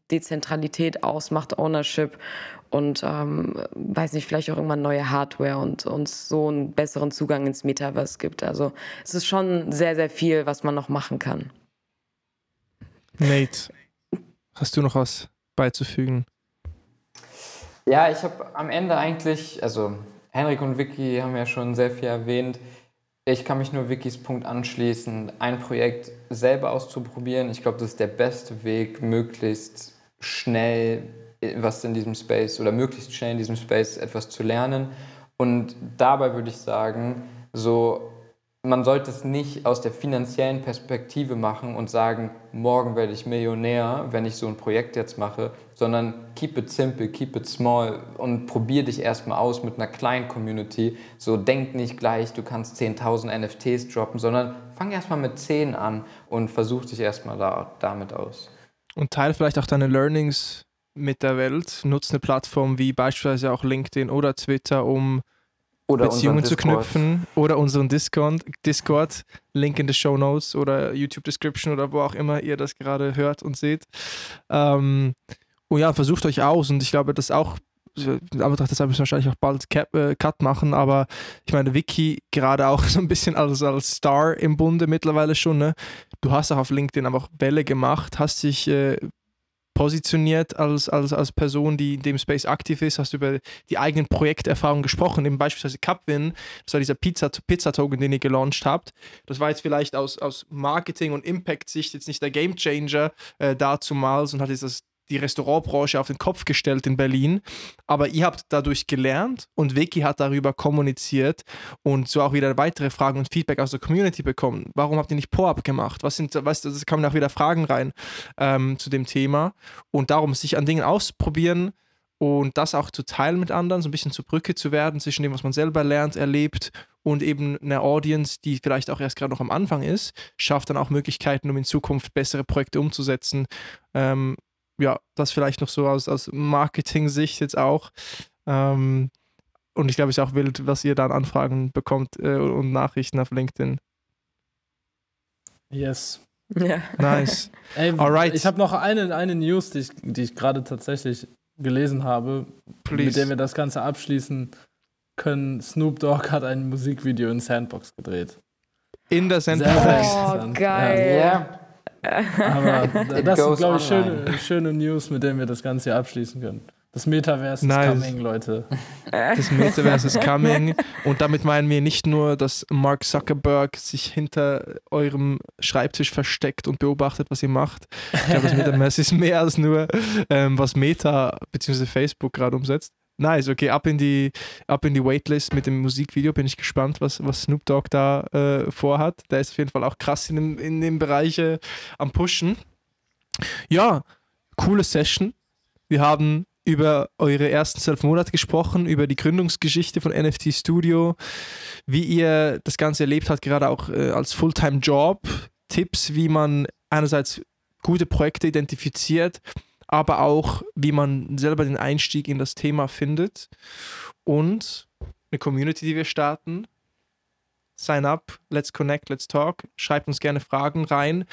Dezentralität ausmacht, Ownership und ähm, weiß nicht, vielleicht auch irgendwann neue Hardware und uns so einen besseren Zugang ins Metaverse gibt. Also es ist schon sehr, sehr viel, was man noch machen kann. Nate, hast du noch was beizufügen? Ja, ich habe am Ende eigentlich, also Henrik und Vicky haben ja schon sehr viel erwähnt. Ich kann mich nur Vickys Punkt anschließen, ein Projekt selber auszuprobieren. Ich glaube, das ist der beste Weg, möglichst schnell was in diesem Space oder möglichst schnell in diesem Space etwas zu lernen. Und dabei würde ich sagen, so, man sollte es nicht aus der finanziellen Perspektive machen und sagen, morgen werde ich Millionär, wenn ich so ein Projekt jetzt mache, sondern keep it simple, keep it small und probier dich erstmal aus mit einer kleinen Community. So, denk nicht gleich, du kannst zehntausend N F Ts droppen, sondern fang erstmal mit zehn an und versuch dich erstmal da, damit aus. Und teile vielleicht auch deine Learnings mit der Welt. Nutz eine Plattform wie beispielsweise auch LinkedIn oder Twitter, um Oder Beziehungen zu Discord. knüpfen, oder unseren Discord, Discord, Link in the Show Notes oder YouTube Description oder wo auch immer ihr das gerade hört und seht. Ähm, und ja, versucht euch aus, und ich glaube, das auch, in Anbetracht deshalb müssen wir wahrscheinlich auch bald Cap, äh, Cut machen, aber ich meine, Vicky gerade auch so ein bisschen als, als Star im Bunde mittlerweile schon, ne? Du hast auch auf LinkedIn einfach Welle gemacht, hast dich äh, positioniert als, als, als Person, die in dem Space aktiv ist, hast über die eigenen Projekterfahrungen gesprochen, eben beispielsweise Cupwin, das war dieser Pizza, Pizza-Token, den ihr gelauncht habt. Das war jetzt vielleicht aus, aus Marketing- und Impact-Sicht jetzt nicht der Gamechanger äh, dazumals und hat jetzt das die Restaurantbranche auf den Kopf gestellt in Berlin, aber ihr habt dadurch gelernt und Vicky hat darüber kommuniziert und so auch wieder weitere Fragen und Feedback aus der Community bekommen. Warum habt ihr nicht Po-Up gemacht? Was sind, weißt du, es kamen auch wieder Fragen rein ähm, zu dem Thema, und darum sich an Dingen auszuprobieren und das auch zu teilen mit anderen, so ein bisschen zur Brücke zu werden zwischen dem, was man selber lernt, erlebt und eben eine Audience, die vielleicht auch erst gerade noch am Anfang ist, schafft dann auch Möglichkeiten, um in Zukunft bessere Projekte umzusetzen. Ähm, ja, das vielleicht noch so aus, aus Marketing-Sicht jetzt auch. Ähm, und ich glaube, es ist auch wild, was ihr da an Anfragen bekommt äh, und Nachrichten auf LinkedIn. Yes. Ja. Nice. Ey, Alright. ich habe noch eine, eine News, die ich, die ich gerade tatsächlich gelesen habe, Please. mit der wir das Ganze abschließen können. Snoop Dogg hat ein Musikvideo in Sandbox gedreht. In der Sehr, Sandbox. sehr Oh, interessant. geil. Ja, Aber It das sind, goes glaube ich, online. schöne, schöne News, mit denen wir das Ganze hier abschließen können. Das Metaverse Nice. ist coming, Leute. Das Metaverse ist coming, und damit meinen wir nicht nur, dass Mark Zuckerberg sich hinter eurem Schreibtisch versteckt und beobachtet, was ihr macht. Ich glaube, das Metaverse ist mehr als nur, ähm, was Meta bzw. Facebook gerade umsetzt. Nice, okay, ab in die, ab in die Waitlist mit dem Musikvideo. Bin ich gespannt, was, was Snoop Dogg da äh, vorhat. Der ist auf jeden Fall auch krass in dem, in dem Bereich äh, am Pushen. Ja, coole Session. Wir haben über eure ersten zwölf Monate gesprochen, über die Gründungsgeschichte von N F T Studio, wie ihr das Ganze erlebt habt, gerade auch äh, als Fulltime-Job, Tipps, wie man einerseits gute Projekte identifiziert, aber auch, wie man selber den Einstieg in das Thema findet, und eine Community, die wir starten. Sign up, let's connect, let's talk. Schreibt uns gerne Fragen rein.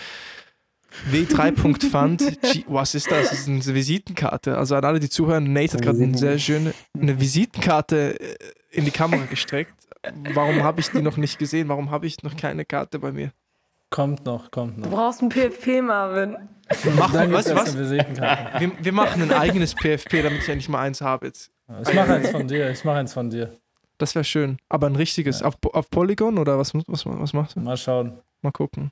W drei Punkt Fund, G- was ist das? Das ist eine Visitenkarte. Also an alle, die zuhören, Nate hat gerade eine sehr schöne eine Visitenkarte äh, in die Kamera gestreckt. Warum habe ich die noch nicht gesehen? Warum habe ich noch keine Karte bei mir? Kommt noch, kommt Du noch. brauchst ein P F P, Marvin. Machen, Dann weißt gibt's du erst was? eine Visitenkarte. Wir, wir machen ein eigenes P F P, damit ich endlich mal eins habe jetzt. Ich mache eins von dir, ich mache eins von dir. Das wäre schön. Aber ein richtiges. Ja. Auf, auf Polygon oder was, was, was machst du? Mal schauen. Mal gucken.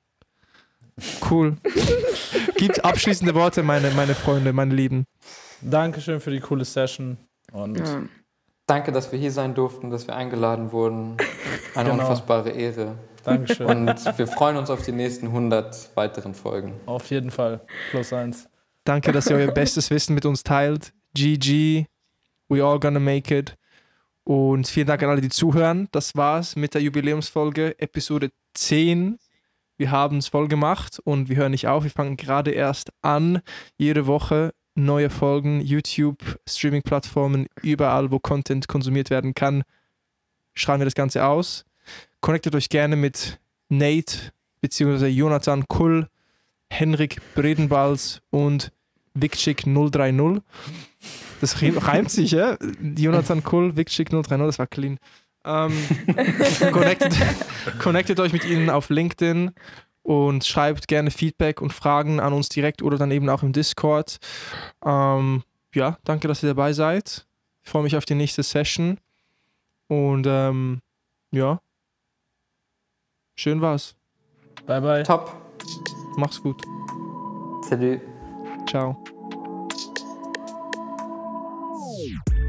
Cool. Gibt abschließende Worte, meine, meine Freunde, meine Lieben. Dankeschön für die coole Session. Und Ja. danke, dass wir hier sein durften, dass wir eingeladen wurden. Eine Genau. unfassbare Ehre. Dankeschön. Und wir freuen uns auf die nächsten hundert weiteren Folgen. Auf jeden Fall. Plus eins. Danke, dass ihr euer bestes Wissen mit uns teilt. G G. We all gonna make it. Und vielen Dank an alle, die zuhören. Das war's mit der Jubiläumsfolge, Episode zehn. Wir haben es voll gemacht und wir hören nicht auf. Wir fangen gerade erst an. Jede Woche neue Folgen, YouTube, Streaming-Plattformen, überall, wo Content konsumiert werden kann, schreiben wir das Ganze aus. Connectet euch gerne mit Nate bzw. Jonathan Kull, Henrik Bredenbalz und Vicchick null drei null. Das reimt sich, ja? Jonathan Kull, Vicchick null drei null, das war clean. Ähm, connectet, connectet euch mit ihnen auf LinkedIn und schreibt gerne Feedback und Fragen an uns direkt oder dann eben auch im Discord. Ähm, ja, danke, dass ihr dabei seid. Ich freue mich auf die nächste Session. Und ähm, ja, schön war's. Bye, bye. Top. Mach's gut. Salut. Ciao.